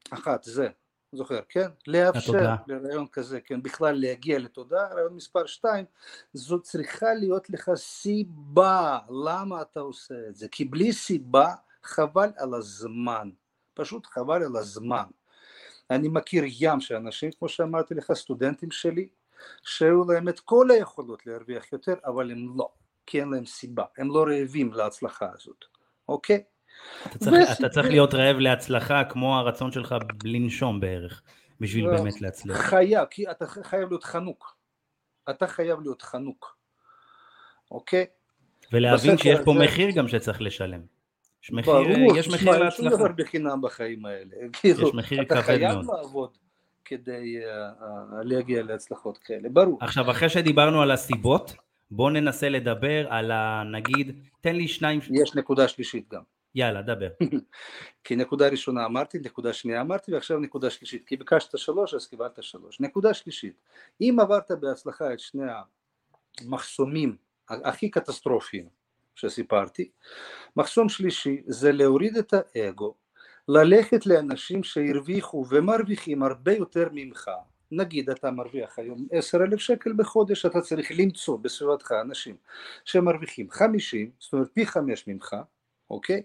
אחת, זה, זוכר, כן? לאפשר לרעיון כזה, כן, בכלל להגיע לתודעה. רעיון מספר שתיים, זו צריכה להיות לך סיבה, למה אתה עושה את זה, כי בלי סיבה חבל על הזמן, פשוט חבל על הזמן. אני מכיר ים של אנשים, כמו שאמרתי לך, סטודנטים שלי, שהיו להם את כל היכולות להרוויח יותר, אבל הם לא, כי אין להם סיבה, הם לא רעבים להצלחה הזאת, אוקיי? אתה צריך, אתה צריך להיות רעב להצלחה כמו הרצון שלך לנשום בערך, בשביל באמת להצליח. חייב, כי אתה חייב להיות חנוק, אתה חייב להיות חנוק, אוקיי? ולהבין שיש פה מחיר גם שצריך לשלם. יש מחיר, ברור, יש מחיר להצלחה. אין שום דבר בחינם בחיים האלה. יש מחיר כבד מאוד. אתה חייב לעבוד כדי להגיע להצלחות כאלה, ברור. עכשיו, אחרי שדיברנו על הסיבות, בואו ננסה לדבר על נגיד, תן לי שניים... יש נקודה שלישית גם. יאללה, דבר. כי נקודה ראשונה אמרתי, נקודה שנייה אמרתי, ועכשיו נקודה שלישית. כי ביקשת שלוש, אז קיבלת שלוש. נקודה שלישית, אם עברת בהצלחה את שני המחסומים הכי קטסטרופיים שסיפרתי, מחסום שלישי זה להוריד את האגו, ללכת לאנשים שהרוויחו ומרוויחים הרבה יותר ממך. נגיד אתה מרוויח היום עשרת אלפים שקל בחודש, אתה צריך למצוא בסביבתך אנשים שמרוויחים חמישים, זאת אומרת פי חמש ממך, אוקיי?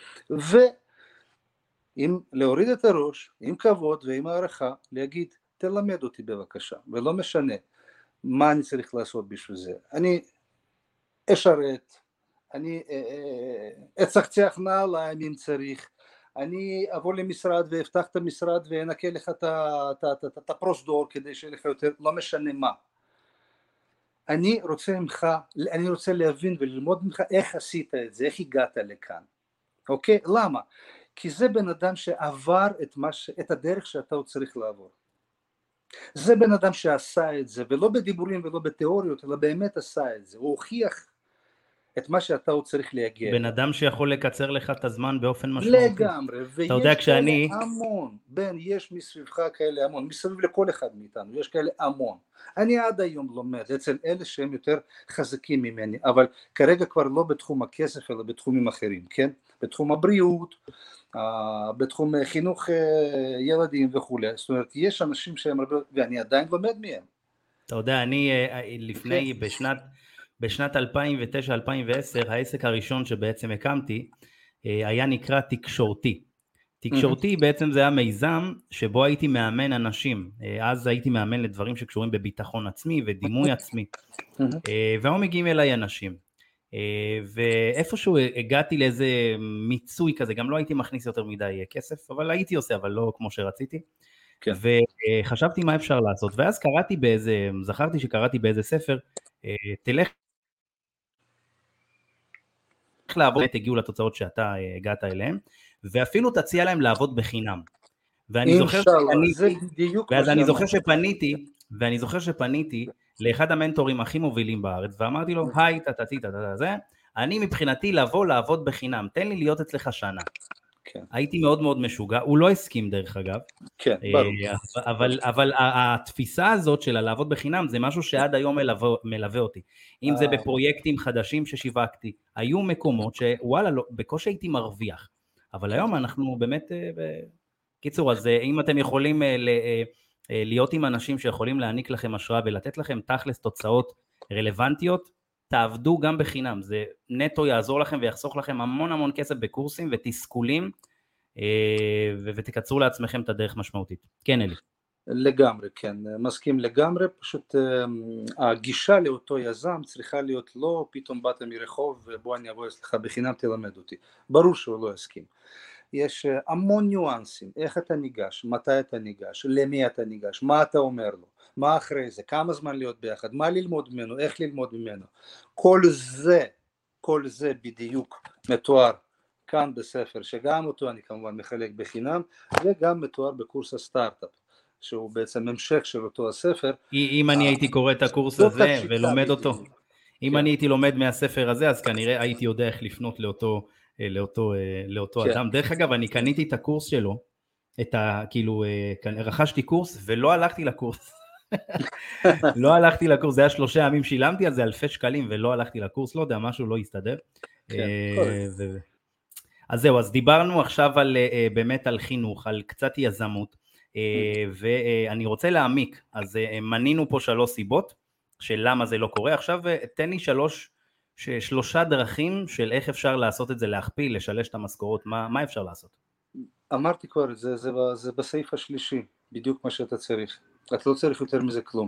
ואם להוריד את הראש, עם כבוד ועם הערכה, להגיד תלמד אותי בבקשה, ולא משנה מה אני צריך לעשות בשביל זה. אני אשרת, אני אצחצח נעליים אם צריך, אני אבוא למשרד ואפתח את המשרד ואנקה לך את הפרוזדור כדי שיהיה לך יותר, לא משנה מה. אני רוצה ממך, אני רוצה להבין וללמוד ממך איך עשית את זה, איך הגעת לכאן. אוקיי? למה? כי זה בן אדם שעבר את, מה ש... את הדרך שאתה עוד צריך לעבור. זה בן אדם שעשה את זה, ולא בדיבורים ולא בתיאוריות, אלא באמת עשה את זה. הוא הוכיח את מה שאתה עוד צריך להגיע. בן אדם שיכול לקצר לך את הזמן באופן משמעותי. לגמרי, ויש יודע, כשאני... כאלה המון, בן, יש מסביבך כאלה המון, מסביב לכל אחד מאיתנו, יש כאלה המון. אני עד היום לומד אצל אלה שהם יותר חזקים ממני, אבל כרגע כבר לא בתחום הכסף, אלא בתחומים אחרים, כן? בתחום הבריאות, בתחום חינוך ילדים וכו'. זאת אומרת, יש אנשים שהם הרבה, ואני עדיין לומד מהם. אתה יודע, אני לפני, בשנת... בשנת אלפיים ותשע אלפיים ועשר העסק הראשון שבעצם הקמתי היה נקרא תקשורתי. תקשורתי בעצם זה היה מיזם שבו הייתי מאמן אנשים, אז הייתי מאמן לדברים שקשורים בביטחון עצמי ודימוי עצמי, והיום מגיעים אליי אנשים, ואיפשהו הגעתי לאיזה מיצוי כזה, גם לא הייתי מכניס יותר מדי כסף, אבל הייתי עושה, אבל לא כמו שרציתי, כן. וחשבתי מה אפשר לעשות, ואז קראתי באיזה, זכרתי שקראתי באיזה ספר, תלך לעבוד, תגיעו לתוצאות שאתה הגעת אליהם, ואפילו תציע להם לעבוד בחינם. ואני זוכר שפניתי, ואז אני זוכר שפניתי, ואני זוכר שפניתי לאחד המנטורים הכי מובילים בארץ, ואמרתי לו, היי, תתתי, תתתי, זה, אני מבחינתי לבוא לעבוד בחינם, תן לי להיות אצלך שנה. כן. הייתי מאוד מאוד משוגע, הוא לא הסכים דרך אגב, כן, ברור. אבל, אבל התפיסה הזאת של לעבוד בחינם זה משהו שעד היום מלווה, מלווה אותי, אם זה בפרויקטים חדשים ששיווקתי, היו מקומות שוואלה, לא, בקושי הייתי מרוויח, אבל היום אנחנו באמת, קיצור, אז אם אתם יכולים להיות עם אנשים שיכולים להעניק לכם השראה ולתת לכם תכלס תוצאות רלוונטיות, תעבדו גם בחינם, זה נטו יעזור לכם ויחסוך לכם המון המון כסף בקורסים ותסכולים, ותקצרו לעצמכם את הדרך משמעותית. כן, אלי. לגמרי, כן, מסכים לגמרי, פשוט הגישה לאותו יזם צריכה להיות לא פתאום באת מרחוב ובוא אני אבוא אצלך בחינם תלמד אותי, ברור שהוא לא יסכים. יש המון ניואנסים, איך אתה ניגש, מתי אתה ניגש, למי אתה ניגש, מה אתה אומר לו, מה אחרי זה, כמה זמן להיות ביחד, מה ללמוד ממנו, איך ללמוד ממנו, כל זה, כל זה בדיוק מתואר כאן בספר, שגם אותו אני כמובן מחלק בחינם, וגם מתואר בקורס הסטארט-אפ, שהוא בעצם המשך של אותו הספר. אם אני הייתי קורא את הקורס הזה ולומד אותו, אם אני הייתי לומד מהספר הזה, אז כנראה הייתי יודע איך לפנות לאותו, לאותו, לאותו אדם. דרך אגב, אני קניתי את הקורס שלו, את ה, כאילו, רכשתי קורס ולא הלכתי לקורס. לא הלכתי לקורס, זה היה שלושה ימים, שילמתי על זה אלפי שקלים ולא הלכתי לקורס, לא יודע, משהו לא הסתדר. אז זהו, אז דיברנו עכשיו על, באמת על חינוך, על קצת יזמות, ואני רוצה להעמיק, אז מנינו פה שלוש סיבות של למה זה לא קורה, עכשיו תן לי שלוש, שלושה דרכים של איך אפשר לעשות את זה, להכפיל, לשלש את המשכורות, מה, מה אפשר לעשות? אמרתי כבר, זה, זה, זה בסעיף השלישי, בדיוק מה שאתה צריך, אתה לא צריך יותר מזה כלום.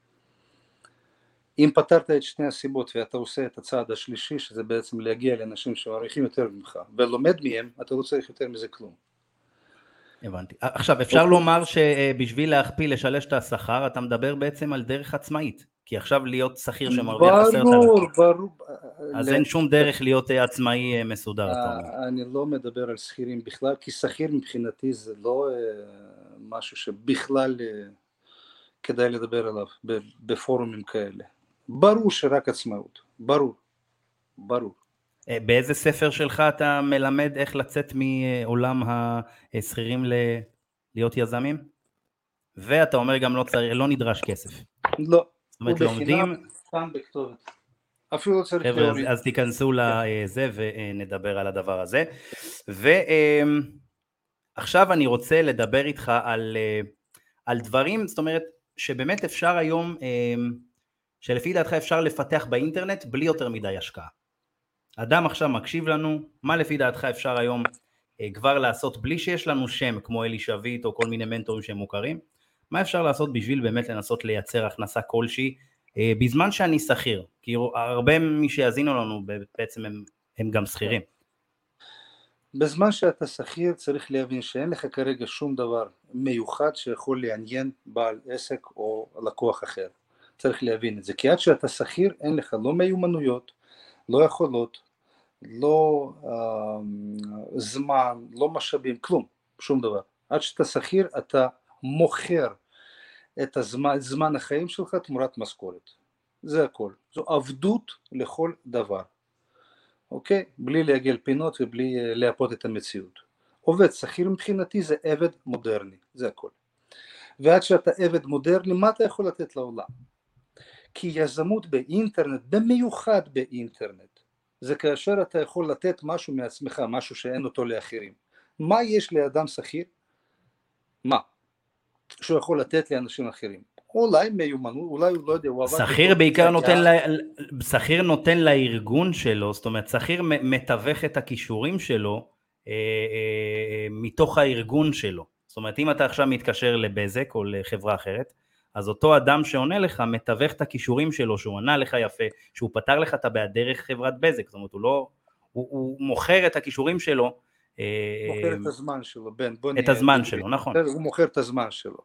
אם פתרת את שני הסיבות ואתה עושה את הצעד השלישי, שזה בעצם להגיע לאנשים שמעריכים יותר ממך ולומד מהם, אתה לא צריך יותר מזה כלום. הבנתי. עכשיו, אפשר לומר שבשביל להכפיל, לשלש את השכר, אתה מדבר בעצם על דרך עצמאית, כי עכשיו להיות שכיר שמרוויח עשרת אלפים. ברור, ברור. אז אין שום דרך להיות עצמאי מסודר, אתה אומר. אני לא מדבר על שכירים בכלל, כי שכיר מבחינתי זה לא משהו שבכלל כדאי לדבר עליו בפורומים כאלה. ברור שרק עצמאות, ברור, ברור. באיזה ספר שלך אתה מלמד איך לצאת מעולם השכירים להיות יזמים? ואתה אומר גם לא צריך, לא נדרש כסף. לא. זאת אומרת, לומדים... סתם בכתובת. אפילו לא צריך חבר'ה, אז, אז תיכנסו לזה ונדבר על הדבר הזה. ועכשיו אני רוצה לדבר איתך על, על דברים, זאת אומרת, שבאמת אפשר היום... שלפי דעתך אפשר לפתח באינטרנט בלי יותר מדי השקעה. אדם עכשיו מקשיב לנו, מה לפי דעתך אפשר היום כבר לעשות בלי שיש לנו שם כמו אלי שביט או כל מיני מנטורים שהם מוכרים? מה אפשר לעשות בשביל באמת לנסות לייצר הכנסה כלשהי בזמן שאני שכיר? כי הרבה מי שיאזינו לנו בעצם הם, הם גם שכירים. בזמן שאתה שכיר צריך להבין שאין לך כרגע שום דבר מיוחד שיכול לעניין בעל עסק או לקוח אחר. צריך להבין את זה, כי עד שאתה שכיר אין לך לא מיומנויות, לא יכולות, לא אה, זמן, לא משאבים, כלום, שום דבר. עד שאתה שכיר אתה מוכר את הזמן, זמן החיים שלך תמורת משכורת. זה הכל. זו עבדות לכל דבר. אוקיי? בלי להגיע פינות ובלי להפות את המציאות. עובד שכיר מבחינתי זה עבד מודרני, זה הכל. ועד שאתה עבד מודרני, מה אתה יכול לתת לעולם? כי יזמות באינטרנט, במיוחד באינטרנט, זה כאשר אתה יכול לתת משהו מעצמך, משהו שאין אותו לאחרים. מה יש לאדם שכיר? מה? שהוא יכול לתת לאנשים אחרים. אולי מיומנות, אולי הוא לא יודע, הוא עבד... שכיר בעיקר נותן, לה, שכיר נותן לארגון שלו, זאת אומרת, שכיר מתווך את הכישורים שלו אה, אה, מתוך הארגון שלו. זאת אומרת, אם אתה עכשיו מתקשר לבזק או לחברה אחרת, אז אותו אדם שעונה לך מתווך את הכישורים שלו, שהוא ענה לך יפה, שהוא פתר לך את הבעיה דרך חברת בזק, זאת אומרת, הוא לא, הוא, הוא מוכר את הכישורים שלו. מוכר את הזמן שלו, בן, בוא את הזמן שלו, נכון. הוא מוכר את הזמן שלו.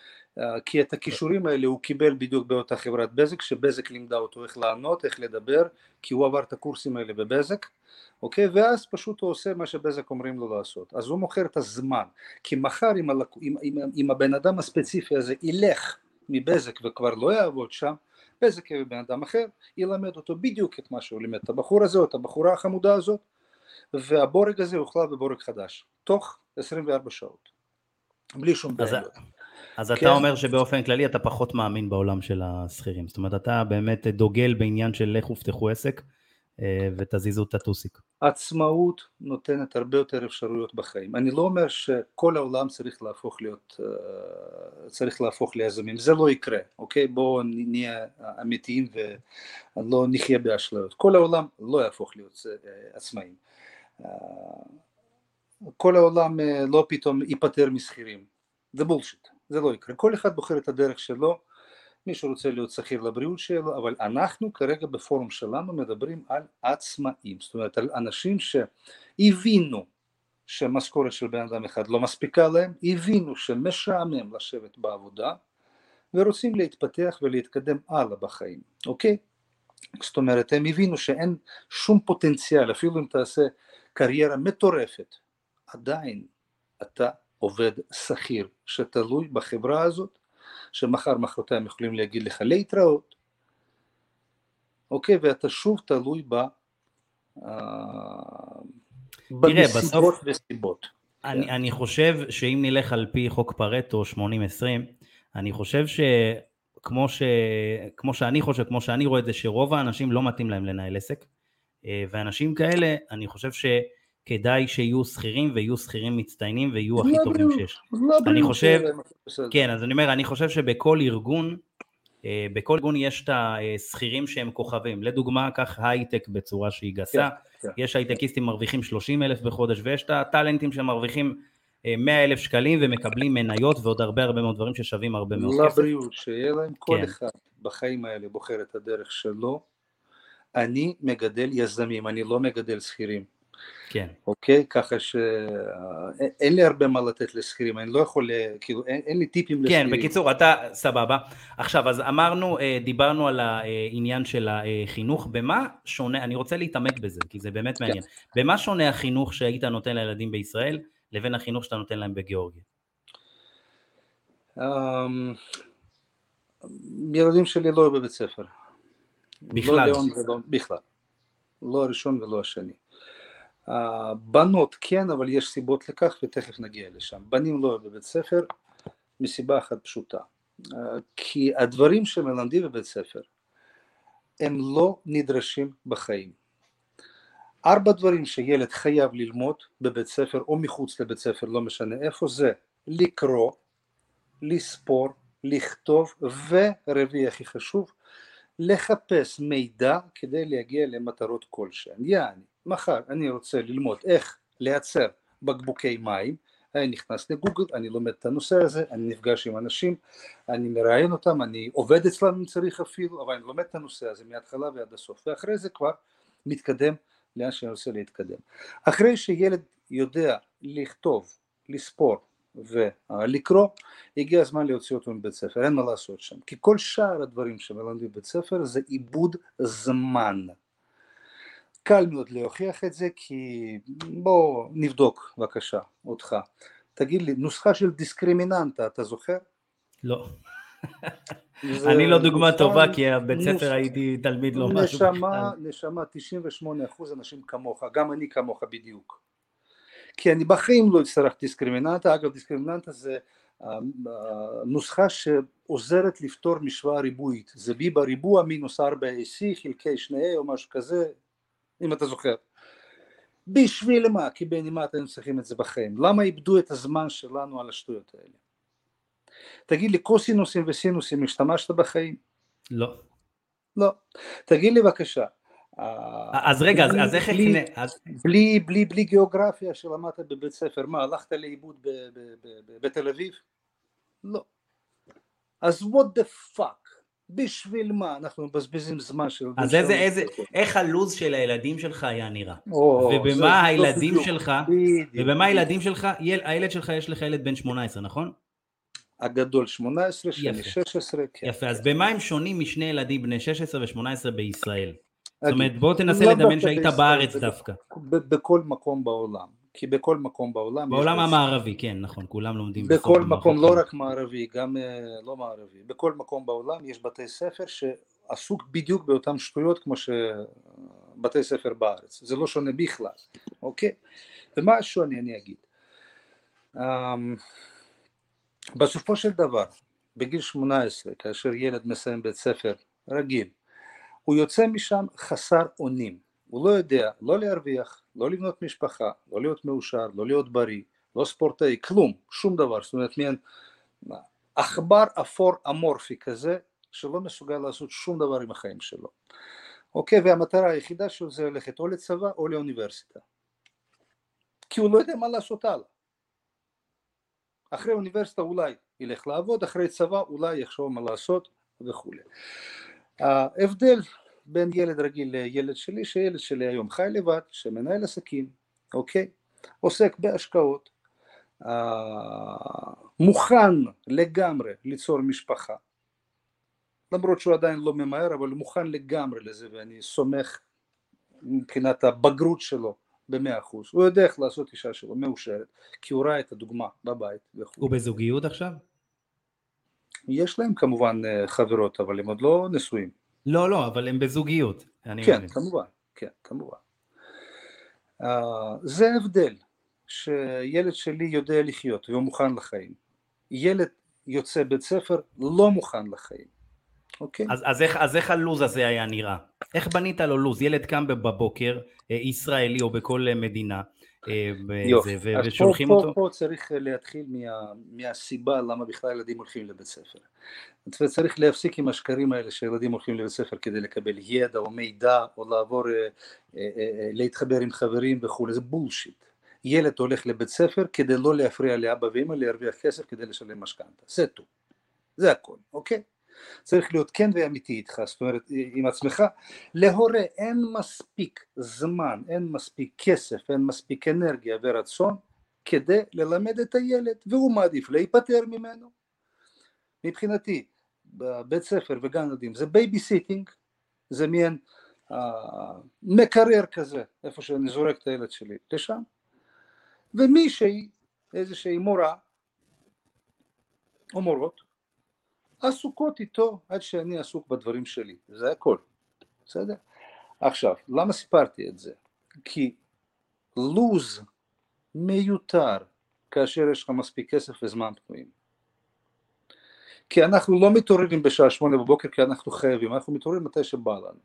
כי את הכישורים האלה הוא קיבל בדיוק באותה חברת בזק, שבזק לימדה אותו איך לענות, איך לדבר, כי הוא עבר את הקורסים האלה בבזק, אוקיי? ואז פשוט הוא עושה מה שבזק אומרים לו לעשות. אז הוא מוכר את הזמן, כי מחר אם, אם, אם, אם הבן אדם הספציפי הזה ילך מבזק וכבר לא יעבוד שם, בזק יביא בן אדם אחר, ילמד אותו בדיוק את מה שהוא לימד, את הבחור הזה או את הבחורה החמודה הזאת, והבורג הזה הוחלף בבורג חדש, תוך עשרים וארבע שעות, בלי שום בעיות. אז אתה אומר שבאופן כללי אתה פחות מאמין בעולם של השכירים, זאת אומרת אתה באמת דוגל בעניין של לכו פתחו עסק ותזיזו את הטוסיק. עצמאות נותנת הרבה יותר אפשרויות בחיים. אני לא אומר שכל העולם צריך להפוך להיות, צריך להפוך ליזמים, זה לא יקרה, אוקיי? בואו נהיה אמיתיים ולא נחיה באשליות. כל העולם לא יהפוך להיות עצמאים. כל העולם לא פתאום ייפטר משכירים. זה בולשיט, זה לא יקרה. כל אחד בוחר את הדרך שלו, מי שרוצה להיות שכיר לבריאות שלו, אבל אנחנו כרגע בפורום שלנו מדברים על עצמאים, זאת אומרת על אנשים שהבינו שמשכורת של בן אדם אחד לא מספיקה להם, הבינו שמשעמם לשבת בעבודה, ורוצים להתפתח ולהתקדם הלאה בחיים, אוקיי? זאת אומרת, הם הבינו שאין שום פוטנציאל, אפילו אם תעשה קריירה מטורפת, עדיין אתה עובד שכיר שתלוי בחברה הזאת, שמחר מחרתיים יכולים להגיד לך להתראות, אוקיי, ואתה שוב תלוי ב... בנסיבות וסיבות. אני, אני חושב שאם נלך על פי חוק פרטו שמונים עשרים, אני חושב שכמו ש... כמו שאני חושב, כמו שאני רואה את זה, שרוב האנשים לא מתאים להם לנהל עסק, ואנשים כאלה, אני חושב כדאי שיהיו שכירים ויהיו שכירים מצטיינים ויהיו הכי לא טובים בריאות, שיש. לא אני בריאות חושב, שיהיה להם, הכל בסדר. כן, אז אני אומר, אני חושב שבכל ארגון, אה, בכל ארגון יש את השכירים שהם כוכבים. לדוגמה, כך הייטק בצורה שהיא גסה, כן, כן. יש הייטקיסטים מרוויחים שלושים אלף בחודש, ויש את הטלנטים שמרוויחים אה, מאה אלף שקלים ומקבלים מניות ועוד הרבה הרבה מאוד דברים ששווים הרבה מאוד כסף. לבריאות, שיהיה להם כל כן. אחד בחיים האלה בוחר את הדרך שלו. אני מגדל יזמים, אני לא מגדל שכירים. כן. אוקיי? ככה שאין לי הרבה מה לתת לשכירים, אני לא יכול, כאילו, אין, אין לי טיפים לשכירים. כן, בקיצור, אתה סבבה. עכשיו, אז אמרנו, דיברנו על העניין של החינוך, במה שונה, אני רוצה להתעמק בזה, כי זה באמת מעניין. כן. במה שונה החינוך שהיית נותן לילדים בישראל, לבין החינוך שאתה נותן להם בגיאורגיה? ילדים שלי לא בבית ספר. בכלל? לא ולא, בכלל. לא הראשון ולא השני. בנות כן, אבל יש סיבות לכך ותכף נגיע לשם. בנים לא בבית ספר, מסיבה אחת פשוטה. כי הדברים שמלמדים בבית ספר, הם לא נדרשים בחיים. ארבע דברים שילד חייב ללמוד בבית ספר או מחוץ לבית ספר, לא משנה איפה זה, לקרוא, לספור, לכתוב, ורביעי הכי חשוב, לחפש מידע כדי להגיע למטרות כלשהן. יעני, מחר אני רוצה ללמוד איך לייצר בקבוקי מים, אני נכנס לגוגל, אני לומד את הנושא הזה, אני נפגש עם אנשים, אני מראיין אותם, אני עובד אצלם אם צריך אפילו, אבל אני לומד את הנושא הזה מההתחלה ועד הסוף, ואחרי זה כבר מתקדם לאן שאני רוצה להתקדם. אחרי שילד יודע לכתוב, לספור ולקרוא, הגיע הזמן להוציא אותו מבית ספר, אין מה לעשות שם, כי כל שאר הדברים שמלמדים בבית ספר זה איבוד זמן. קל מאוד להוכיח את זה, כי בוא נבדוק בבקשה אותך. תגיד לי, נוסחה של דיסקרימיננטה, אתה זוכר? לא. אני לא דוגמה טובה, כי בבית ספר הייתי תלמיד לא משהו בכלל. נשמה, תשעים ושמונה אחוז אנשים כמוך, גם אני כמוך בדיוק. כי אני בחיים לא אצטרך דיסקרימיננטה, אגב דיסקרימיננטה זה נוסחה שעוזרת לפתור משוואה ריבועית, זה b בריבוע מינוס ארבע איי סי חלקי שני a או משהו כזה, אם אתה זוכר. בשביל מה? כי בנימה אתם צריכים את זה בחיים. למה איבדו את הזמן שלנו על השטויות האלה? תגיד לי, קוסינוסים וסינוסים השתמשת בחיים? לא. לא. תגיד לי בבקשה. אז רגע, אז איך בלי, בלי, בלי, בלי גיאוגרפיה שלמדת בבית ספר, מה, הלכת לאיבוד בתל אביב? לא. אז what the fuck? בשביל מה אנחנו מבזבזים זמן של... אז איזה, איזה, איך הלוז של הילדים שלך היה נראה? ובמה הילדים שלך, ובמה הילדים שלך, הילד שלך יש לך ילד בן שמונה עשרה, נכון? הגדול שמונה עשרה, שני שש עשרה, כן. יפה, אז במה הם שונים משני ילדים בני שש עשרה ו-שמונה עשרה בישראל? זאת אומרת, בוא תנסה לדמיין שהיית בארץ דווקא. בכל מקום בעולם, כי בכל מקום בעולם... בעולם המערבי, כן, נכון, כולם לומדים... בכל מקום, לא רק מערבי, גם לא מערבי, בכל מקום בעולם יש בתי ספר שעסוק בדיוק באותם שטויות כמו שבתי ספר בארץ, זה לא שונה בכלל, אוקיי? ומה השונה אני אגיד? בסופו של דבר, בגיל שמונה עשרה, כאשר ילד מסיים בית ספר רגיל, הוא יוצא משם חסר אונים, הוא לא יודע לא להרוויח, לא לבנות משפחה, לא להיות מאושר, לא להיות בריא, לא ספורטאי, כלום, שום דבר, זאת אומרת מעין עכבר אפור אמורפי כזה, שלא מסוגל לעשות שום דבר עם החיים שלו. אוקיי, והמטרה היחידה שלו זה ללכת או לצבא או לאוניברסיטה, כי הוא לא יודע מה לעשות הלאה. אחרי אוניברסיטה אולי ילך לעבוד, אחרי צבא אולי יחשוב מה לעשות וכו'. ההבדל בין ילד רגיל לילד שלי, שילד שלי היום חי לבד, שמנהל עסקים, אוקיי? עוסק בהשקעות, מוכן לגמרי ליצור משפחה, למרות שהוא עדיין לא ממהר, אבל הוא מוכן לגמרי לזה, ואני סומך מבחינת הבגרות שלו במאה אחוז. הוא יודע איך לעשות אישה שלו מאושרת, כי הוא ראה את הדוגמה בבית וכו'. הוא בזוגיות עכשיו? יש להם כמובן חברות, אבל הם עוד לא נשואים. לא, לא, אבל הם בזוגיות. כן, כמובן, כן, כמובן. Uh, זה הבדל, שילד שלי יודע לחיות והוא מוכן לחיים. ילד יוצא בית ספר לא מוכן לחיים. אוקיי? אז, אז, איך, אז איך הלוז הזה היה נראה? איך בנית לו לוז? ילד קם בבוקר, ישראלי או בכל מדינה, יופי, בזה, אז פה, ושולחים פה, אותו? פה צריך להתחיל מה, מהסיבה למה בכלל ילדים הולכים לבית ספר. וצריך להפסיק עם השקרים האלה שילדים הולכים לבית ספר כדי לקבל ידע או מידע או לעבור, אה, אה, אה, להתחבר עם חברים וכו', זה בולשיט. ילד הולך לבית ספר כדי לא להפריע לאבא ואמא להרוויח כסף כדי לשלם משכנתה, זה טוב, זה הכל, אוקיי? צריך להיות כן ואמיתי איתך, זאת אומרת עם עצמך. להורה אין מספיק זמן, אין מספיק כסף, אין מספיק אנרגיה ורצון כדי ללמד את הילד, והוא מעדיף להיפטר ממנו. מבחינתי בבית ספר וגן ילדים זה בייביסיטינג, זה מעין אה, מקרר כזה, איפה שאני זורק את הילד שלי לשם, ומישהי, איזושהי מורה או מורות עסוקות איתו עד שאני עסוק בדברים שלי, זה הכל, בסדר? עכשיו, למה סיפרתי את זה? כי לוז מיותר כאשר יש לך מספיק כסף וזמן פנויים. כי אנחנו לא מתעוררים בשעה שמונה בבוקר כי אנחנו חייבים, אנחנו מתעוררים מתי שבא לנו.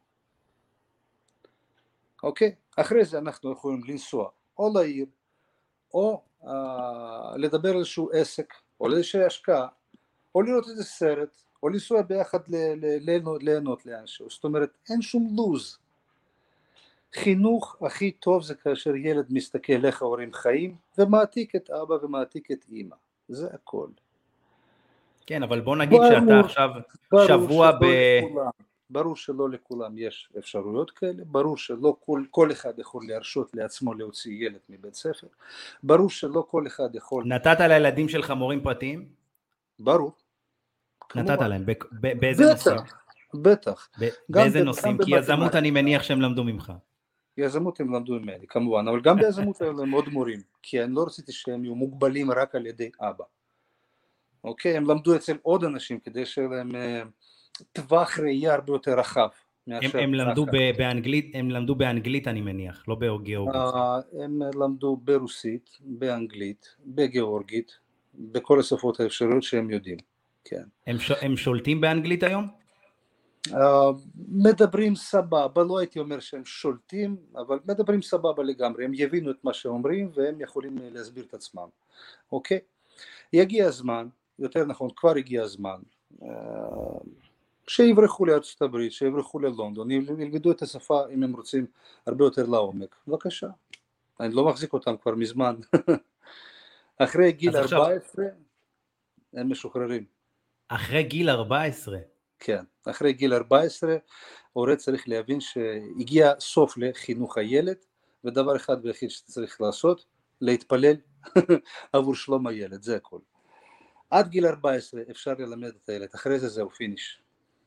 אוקיי? אחרי זה אנחנו יכולים לנסוע או לעיר, או אה, לדבר על איזשהו עסק, או לאיזושהי השקעה, או לראות איזה סרט, או לנסוע ביחד ליהנות לאנשהו. זאת אומרת, אין שום לוז. חינוך הכי טוב זה כאשר ילד מסתכל איך ההורים חיים, ומעתיק את אבא ומעתיק את אמא. זה הכל. כן, אבל בוא נגיד ברור, שאתה עכשיו ברור שבוע ב... לכולם, ברור שלא לכולם יש אפשרויות כאלה, ברור שלא כל, כל אחד יכול להרשות לעצמו להוציא ילד מבית ספר, ברור שלא כל אחד יכול... נתת לילדים שלך מורים פרטיים? ברור. נתת להם, ב- ב- באיזה נושאים? בטח. ב- באיזה נושאים? כי יזמות אני מניח שהם למדו ממך. יזמות הם למדו ממני, כמובן, אבל גם ביזמות היו להם עוד מורים, כי אני לא רציתי שהם יהיו מוגבלים רק על ידי אבא. אוקיי, הם למדו אצל עוד אנשים כדי שיהיה להם טווח ראייה הרבה יותר רחב. הם, הם למדו ב- באנגלית, הם למדו באנגלית אני מניח, לא בגיאורגית. הם למדו ברוסית, באנגלית, בגיאורגית, בכל השפות האפשריות שהם יודעים, כן. הם, ש... הם שולטים באנגלית היום? Uh, מדברים סבבה, לא הייתי אומר שהם שולטים, אבל מדברים סבבה לגמרי, הם יבינו את מה שאומרים והם יכולים להסביר את עצמם, אוקיי? יגיע הזמן, יותר נכון כבר הגיע הזמן, uh, שיברחו לארצות הברית, שיברחו ללונדון, ילמדו את השפה אם הם רוצים הרבה יותר לעומק, בבקשה, אני לא מחזיק אותם כבר מזמן, אחרי גיל ארבע עשרה הם משוחררים. אחרי גיל ארבע עשרה? כן, אחרי גיל ארבע עשרה הורה צריך להבין שהגיע סוף לחינוך הילד, ודבר אחד ויחיד שצריך לעשות, להתפלל עבור שלום הילד, זה הכל. עד גיל ארבע עשרה אפשר ללמד את הילד, אחרי זה זהו פיניש.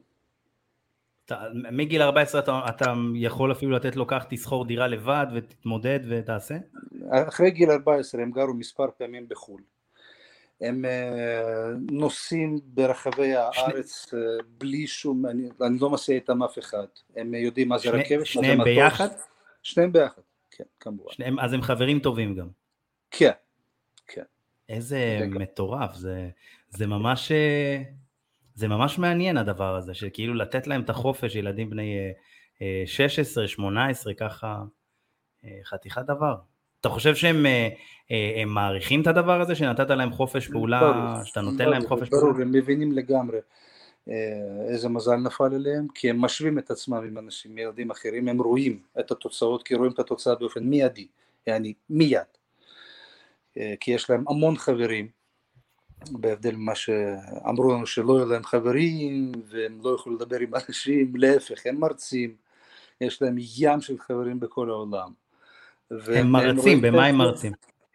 מגיל ארבע עשרה אתה, אתה יכול אפילו לתת לו כך, תסחור דירה לבד ותתמודד ותעשה? אחרי גיל ארבע עשרה הם גרו מספר פעמים בחול. הם נוסעים ברחבי הארץ בלי שום, אני, אני לא מסיע איתם אף אחד, הם יודעים מה זה שני, רכבת, שניהם מה זה ביחד? מטוס. שניהם ביחד, כן, כמובן. שניהם, אז הם חברים טובים גם. כן, כן. איזה מטורף, זה, זה ממש, זה ממש מעניין הדבר הזה, שכאילו לתת להם את החופש, ילדים בני שש עשרה, שמונה עשרה, ככה, חתיכת דבר. אתה חושב שהם הם מעריכים את הדבר הזה, שנתת להם חופש פעולה, ברור, שאתה נותן ברור, להם חופש ברור, פעולה? ברור, הם מבינים לגמרי איזה מזל נפל עליהם, כי הם משווים את עצמם עם אנשים, ילדים אחרים, הם רואים את התוצאות, כי רואים את התוצאה באופן מיידי, yani מיד, כי יש להם המון חברים, בהבדל ממה שאמרו לנו שלא יהיו להם חברים, והם לא יכולו לדבר עם אנשים, להפך, הם מרצים, יש להם ים של חברים בכל העולם. הם מרצים, במה הם מרצים?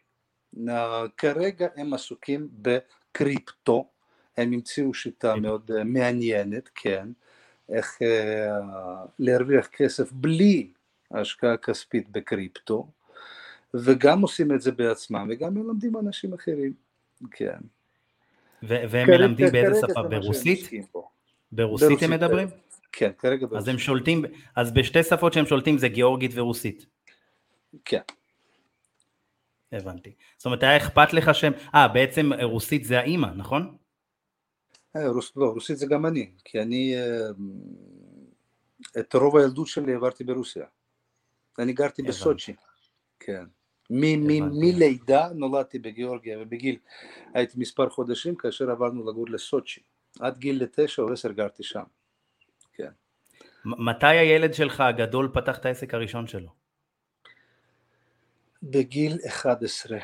כרגע הם עסוקים בקריפטו, הם המציאו שיטה מאוד מעניינת, כן, איך להרוויח כסף בלי השקעה כספית בקריפטו, וגם עושים את זה בעצמם, וגם מלמדים אנשים אחרים, כן. והם מלמדים באיזה שפה? ברוסית? ברוסית הם מדברים? כן, כרגע ברוסית. אז הם שולטים, אז בשתי שפות שהם שולטים זה גיאורגית ורוסית. כן. הבנתי. זאת אומרת, היה אכפת לך שהם, אה, בעצם רוסית זה האמא, נכון? רוס, לא, רוסית זה גם אני, כי אני את רוב הילדות שלי עברתי ברוסיה. אני גרתי בסוצ'י, כן. מלידה נולדתי בגיאורגיה, ובגיל הייתי מספר חודשים כאשר עברנו לגור לסוצ'י. עד גיל לתשע או עשר גרתי שם, כן. מתי הילד שלך הגדול פתח את העסק הראשון שלו? בגיל אחד עשרה.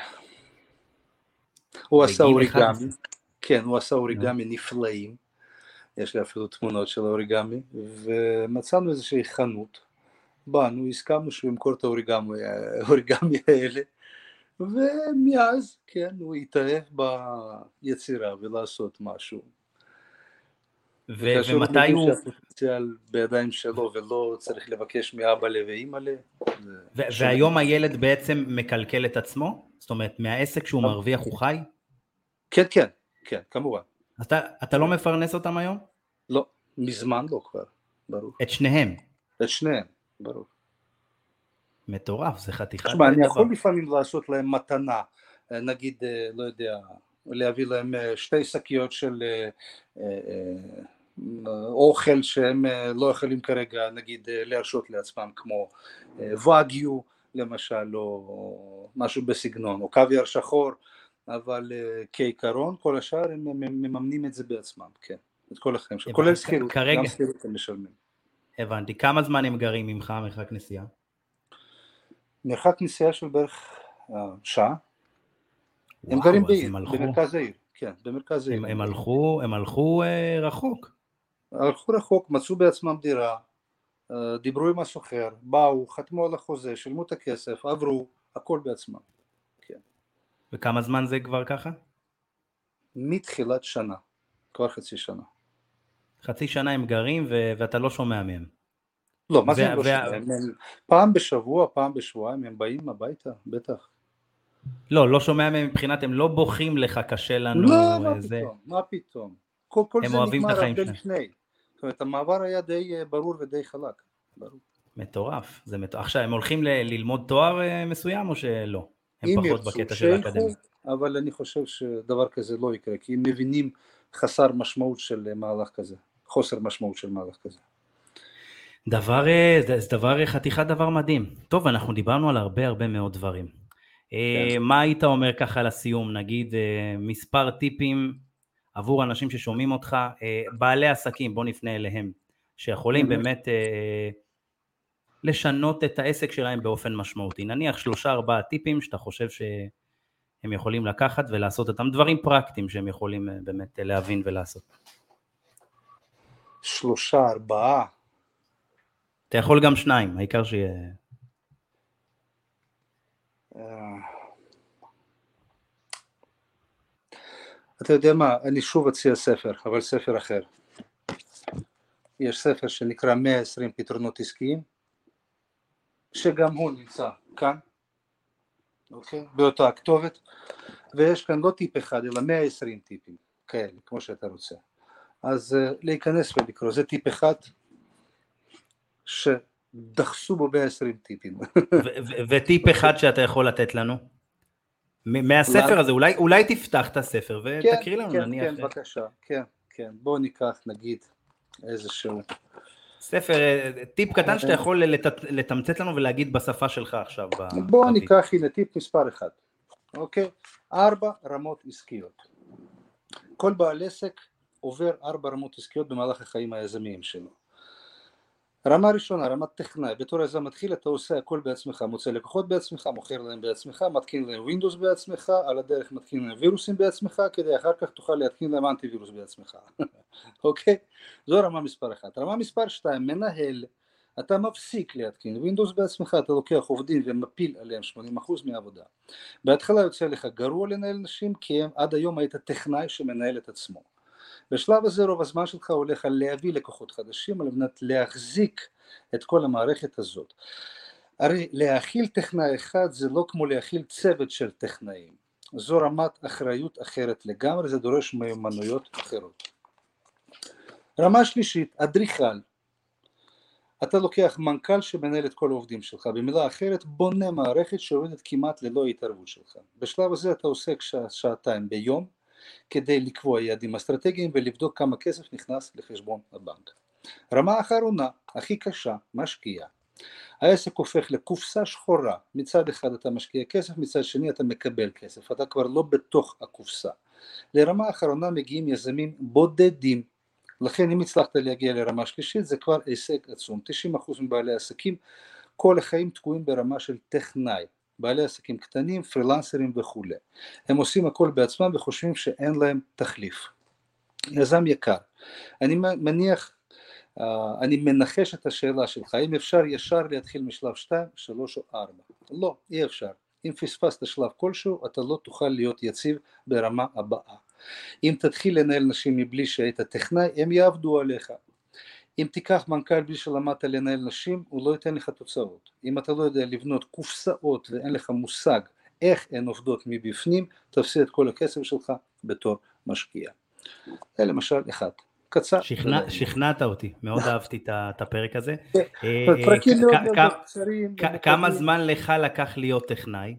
הוא עשה אוריגמי, כן, הוא עשה אוריגמי נפלאים, יש לי אפילו תמונות של האוריגמי, ומצאנו איזושהי חנות, באנו, הסכמנו שהוא ימכור את האוריגמי האלה, ומאז, כן, הוא התאהב ביצירה ולעשות משהו. וכאשר הוא מבין שהפוטנציאל בידיים שלו ולא צריך לבקש מאבא ואמא ל... והיום הילד בעצם מקלקל את עצמו? זאת אומרת, מהעסק שהוא מרוויח הוא חי? כן, כן, כן, כמובן. אתה, אתה לא מפרנס אותם היום? לא, מזמן לא כבר, ברור. את שניהם? את שניהם, ברור. מטורף, זה חתיכת... תשמע, אני יכול לפעמים לעשות להם מתנה, נגיד, לא יודע, להביא להם שתי שקיות של אוכל שהם לא יכולים כרגע, נגיד, להרשות לעצמם, כמו וג'יו, למשל, או משהו בסגנון, או קוויאר שחור, אבל כעיקרון, כל השאר הם מממנים את זה בעצמם, כן, את כל החיים שלהם, כולל סחירות, גם סחירות הם משלמים. הבנתי, כמה זמן הם גרים ממך, מרחק נסיעה? מרחק נסיעה של בערך שעה. הם גרים בעיר, במרכז העיר, כן, במרכז העיר. הם הלכו, הם הלכו רחוק. הלכו רחוק, מצאו בעצמם דירה, דיברו עם הסוחר, באו, חתמו על החוזה, שילמו את הכסף, עברו, הכל בעצמם. כן. וכמה זמן זה כבר ככה? מתחילת שנה, כבר חצי שנה. חצי שנה הם גרים ו- ואתה לא שומע מהם. לא, מה זה הם לא שומעים? פעם בשבוע, פעם בשבועיים, הם באים הביתה, בטח. לא, לא שומע מהם מבחינת, הם לא בוכים לך, קשה לנו. לא, מה פתאום, מה פתאום. כל זה נגמר הרבה לפני. זאת אומרת, המעבר היה די ברור ודי חלק. מטורף, זה מטורף. עכשיו, הם הולכים ללמוד תואר מסוים או שלא? הם פחות בקטע של האקדמיה. אבל אני חושב שדבר כזה לא יקרה, כי הם מבינים חסר משמעות של מהלך כזה, חוסר משמעות של מהלך כזה. דבר, זה דבר, חתיכת דבר מדהים. טוב, אנחנו דיברנו על הרבה הרבה מאוד דברים. כן. מה היית אומר ככה לסיום, נגיד מספר טיפים עבור אנשים ששומעים אותך, בעלי עסקים, בוא נפנה אליהם, שיכולים באמת לשנות את העסק שלהם באופן משמעותי. נניח שלושה ארבעה טיפים שאתה חושב שהם יכולים לקחת ולעשות אותם, דברים פרקטיים שהם יכולים באמת להבין ולעשות. שלושה ארבעה. אתה יכול גם שניים, העיקר שיהיה... אתה יודע מה, אני שוב אציע ספר, אבל ספר אחר. יש ספר שנקרא מאה ועשרים פתרונות עסקיים, שגם הוא נמצא כאן, אוקיי? באותה הכתובת, ויש כאן לא טיפ אחד, אלא מאה ועשרים טיפים, כאלה, כמו שאתה רוצה. אז להיכנס ולקרוא, זה טיפ אחד, שדחסו בו מאה ועשרים טיפים. וטיפ אחד שאתה יכול לתת לנו? מהספר הזה, אולי, אולי תפתח את הספר ותקריא לנו, כן, נניח. כן, בבקשה, כן, כן, בואו ניקח, נגיד, איזשהו... ספר, טיפ קטן שאתה יכול לתמצת לנו ולהגיד בשפה שלך עכשיו. בואו ניקח, הנה, טיפ מספר אחד, אוקיי? ארבע רמות עסקיות. כל בעל עסק עובר ארבע רמות עסקיות במהלך החיים היזמיים שלו. רמה ראשונה, רמת טכנאי, בתור יזם מתחיל אתה עושה הכל בעצמך, מוצא לקוחות בעצמך, מוכר להם בעצמך, מתקין להם ווינדוס בעצמך, על הדרך מתקין להם וירוסים בעצמך, כדי אחר כך תוכל להתקין להם אנטי וירוס בעצמך, אוקיי? זו רמה מספר אחת. רמה מספר שתיים, מנהל, אתה מפסיק להתקין ווינדוס בעצמך, אתה לוקח עובדים ומפיל עליהם שמונים אחוז מהעבודה. בהתחלה יוצא לך גרוע לנהל אנשים, כי עד היום היית טכנאי שמנהל את עצמו. בשלב הזה רוב הזמן שלך הולך על להביא לקוחות חדשים, על מנת להחזיק את כל המערכת הזאת. הרי להכיל טכנאי אחד זה לא כמו להכיל צוות של טכנאים. זו רמת אחריות אחרת לגמרי, זה דורש מיומנויות אחרות. רמה שלישית, אדריכל. אתה לוקח מנכ"ל שמנהל את כל העובדים שלך, במילה אחרת בונה מערכת שעובדת כמעט ללא התערבות שלך. בשלב הזה אתה עושה שעתיים ביום, כדי לקבוע יעדים אסטרטגיים ולבדוק כמה כסף נכנס לחשבון הבנק. רמה האחרונה, הכי קשה, משקיע. העסק הופך לקופסה שחורה, מצד אחד אתה משקיע כסף, מצד שני אתה מקבל כסף, אתה כבר לא בתוך הקופסה. לרמה האחרונה מגיעים יזמים בודדים, לכן אם הצלחת להגיע לרמה שלישית זה כבר הישג עצום. תשעים אחוז מבעלי עסקים כל החיים תקועים ברמה של טכנאי, בעלי עסקים קטנים, פרילנסרים וכו'. הם עושים הכל בעצמם וחושבים שאין להם תחליף. יזם יקר, אני מניח, אני מנחש את השאלה שלך, האם אפשר ישר להתחיל משלב שתיים, שלוש או ארבע? לא, אי אפשר. אם פספסת שלב כלשהו, אתה לא תוכל להיות יציב ברמה הבאה. אם תתחיל לנהל נשים מבלי שהיית טכנאי, הם יעבדו עליך. אם תיקח מנכ"ל בלי שלמדת לנהל נשים, הוא לא ייתן לך תוצאות. אם אתה לא יודע לבנות קופסאות ואין לך מושג איך הן עובדות מבפנים, תפסיד את כל הכסף שלך בתור משקיע. זה למשל אחד. קצר. שכנע, שכנעת אותי, מאוד אהבתי את הפרק הזה. פרקים מאוד מאוד קצרים. כמה זמן לך לקח להיות טכנאי?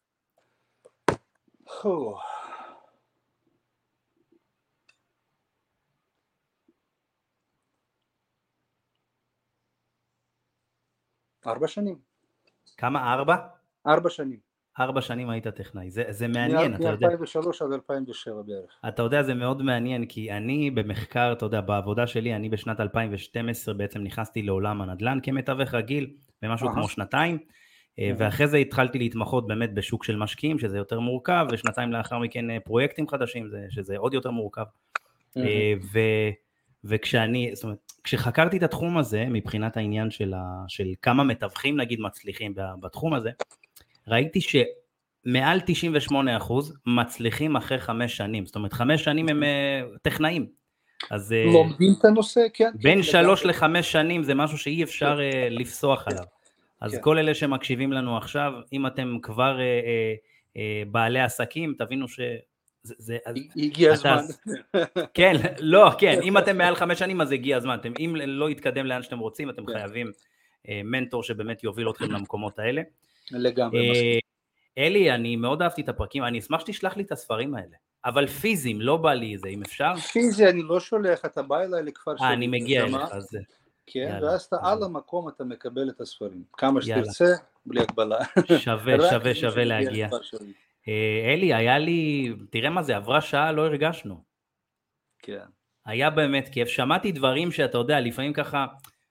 ארבע שנים. כמה? ארבע? ארבע שנים. ארבע שנים היית טכנאי, זה, זה מעניין, אתה יודע. מ-אלפיים ושלוש עד אלפיים ושבע בערך. אתה יודע, זה מאוד מעניין, כי אני במחקר, אתה יודע, בעבודה שלי, אני בשנת אלפיים ושתים עשרה בעצם נכנסתי לעולם הנדל"ן כמתווך רגיל, במשהו כמו שנתיים, ואחרי זה התחלתי להתמחות באמת בשוק של משקיעים, שזה יותר מורכב, ושנתיים לאחר מכן פרויקטים חדשים, שזה עוד יותר מורכב. ו... וכשאני, זאת אומרת, כשחקרתי את התחום הזה, מבחינת העניין של, ה, של כמה מתווכים נגיד מצליחים בתחום הזה, ראיתי שמעל תשעים ושמונה אחוז מצליחים אחרי חמש שנים, זאת אומרת, חמש שנים הם טכנאים. אז לומדים את הנושא, כן. בין שלוש לחמש שנים זה משהו שאי אפשר לפסוח עליו. אז כל אלה שמקשיבים לנו עכשיו, אם אתם כבר בעלי עסקים, תבינו ש... זה, זה, הגיע הזמן. כן, לא, כן, אם אתם מעל חמש שנים, אז הגיע הזמן. אתם, אם לא יתקדם לאן שאתם רוצים, אתם חייבים מנטור שבאמת יוביל אתכם למקומות האלה. לגמרי. אלי, אני מאוד אהבתי את הפרקים, אני אשמח שתשלח לי את הספרים האלה, אבל פיזיים, לא בא לי זה, אם אפשר? פיזי, אני לא שולח, אתה בא אליי לכפר שלי. אני מגיע אליך, אז... כן, ואז אתה על המקום, אתה מקבל את הספרים. כמה שתרצה, בלי הגבלה. שווה, שווה, שווה להגיע. אלי, היה לי, תראה מה זה, עברה שעה, לא הרגשנו. כן. היה באמת כיף, שמעתי דברים שאתה יודע, לפעמים ככה,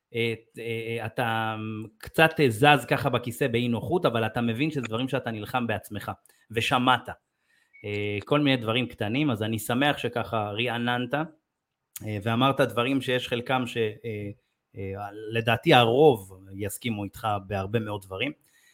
אתה קצת זז ככה בכיסא באי נוחות, אבל אתה מבין שזה דברים שאתה נלחם בעצמך, ושמעת. כל מיני דברים קטנים, אז אני שמח שככה רעננת, ואמרת דברים שיש חלקם שלדעתי הרוב יסכימו איתך בהרבה מאוד דברים.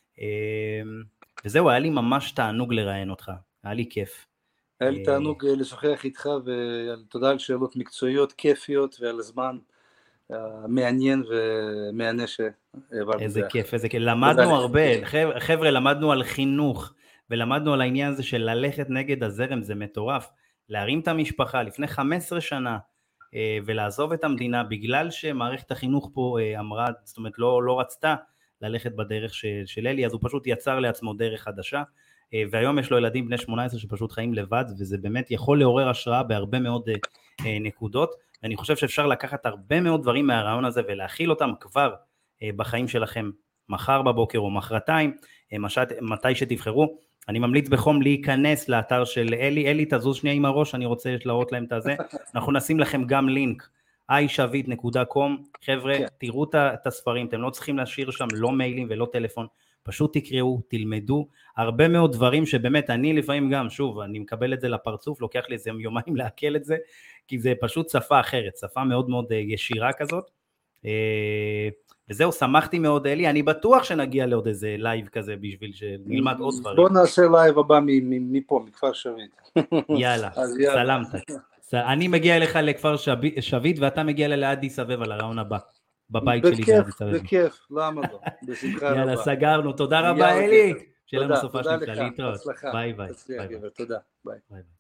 וזהו, היה לי ממש תענוג לראיין אותך, היה לי כיף. היה לי תענוג לשוחח איתך, ותודה על שאלות מקצועיות, כיפיות, ועל הזמן מעניין ומענה שהעברנו. איזה כיף, איזה כיף. למדנו הרבה, חבר'ה, למדנו על חינוך, ולמדנו על העניין הזה של ללכת נגד הזרם, זה מטורף. להרים את המשפחה לפני חמש עשרה שנה, ולעזוב את המדינה, בגלל שמערכת החינוך פה אמרה, זאת אומרת, לא, לא רצתה, ללכת בדרך של, של אלי, אז הוא פשוט יצר לעצמו דרך חדשה, והיום יש לו ילדים בני שמונה עשרה שפשוט חיים לבד, וזה באמת יכול לעורר השראה בהרבה מאוד נקודות, ואני חושב שאפשר לקחת הרבה מאוד דברים מהרעיון הזה, ולהכיל אותם כבר בחיים שלכם, מחר בבוקר או מחרתיים, מתי שתבחרו. אני ממליץ בחום להיכנס לאתר של אלי, אלי תזוז שנייה עם הראש, אני רוצה להראות להם את הזה, אנחנו נשים לכם גם לינק, איי שביט נקודה קום, חבר'ה, כן. תראו את הספרים, אתם לא צריכים להשאיר שם לא מיילים ולא טלפון, פשוט תקראו, תלמדו, הרבה מאוד דברים שבאמת אני לפעמים גם, שוב, אני מקבל את זה לפרצוף, לוקח לי איזה יומיים להקל את זה, כי זה פשוט שפה אחרת, שפה מאוד מאוד ישירה כזאת, וזהו, שמחתי מאוד אלי, אני בטוח שנגיע לעוד איזה לייב כזה, בשביל שנלמד עוד דברים. בוא נעשה לייב הבא מפה, מכפר שביט. יאללה, סלמת. אני מגיע אליך לכפר שביט, ואתה מגיע לאדיס אבבה, לרעיון הבא, בבית שלי באדיס אבבה. בכיף, בכיף, למה לא? בשמחה רבה. יאללה, סגרנו, תודה רבה אלי. שיהיה לנו סופה של להתראות. ביי ביי. תודה, ביי.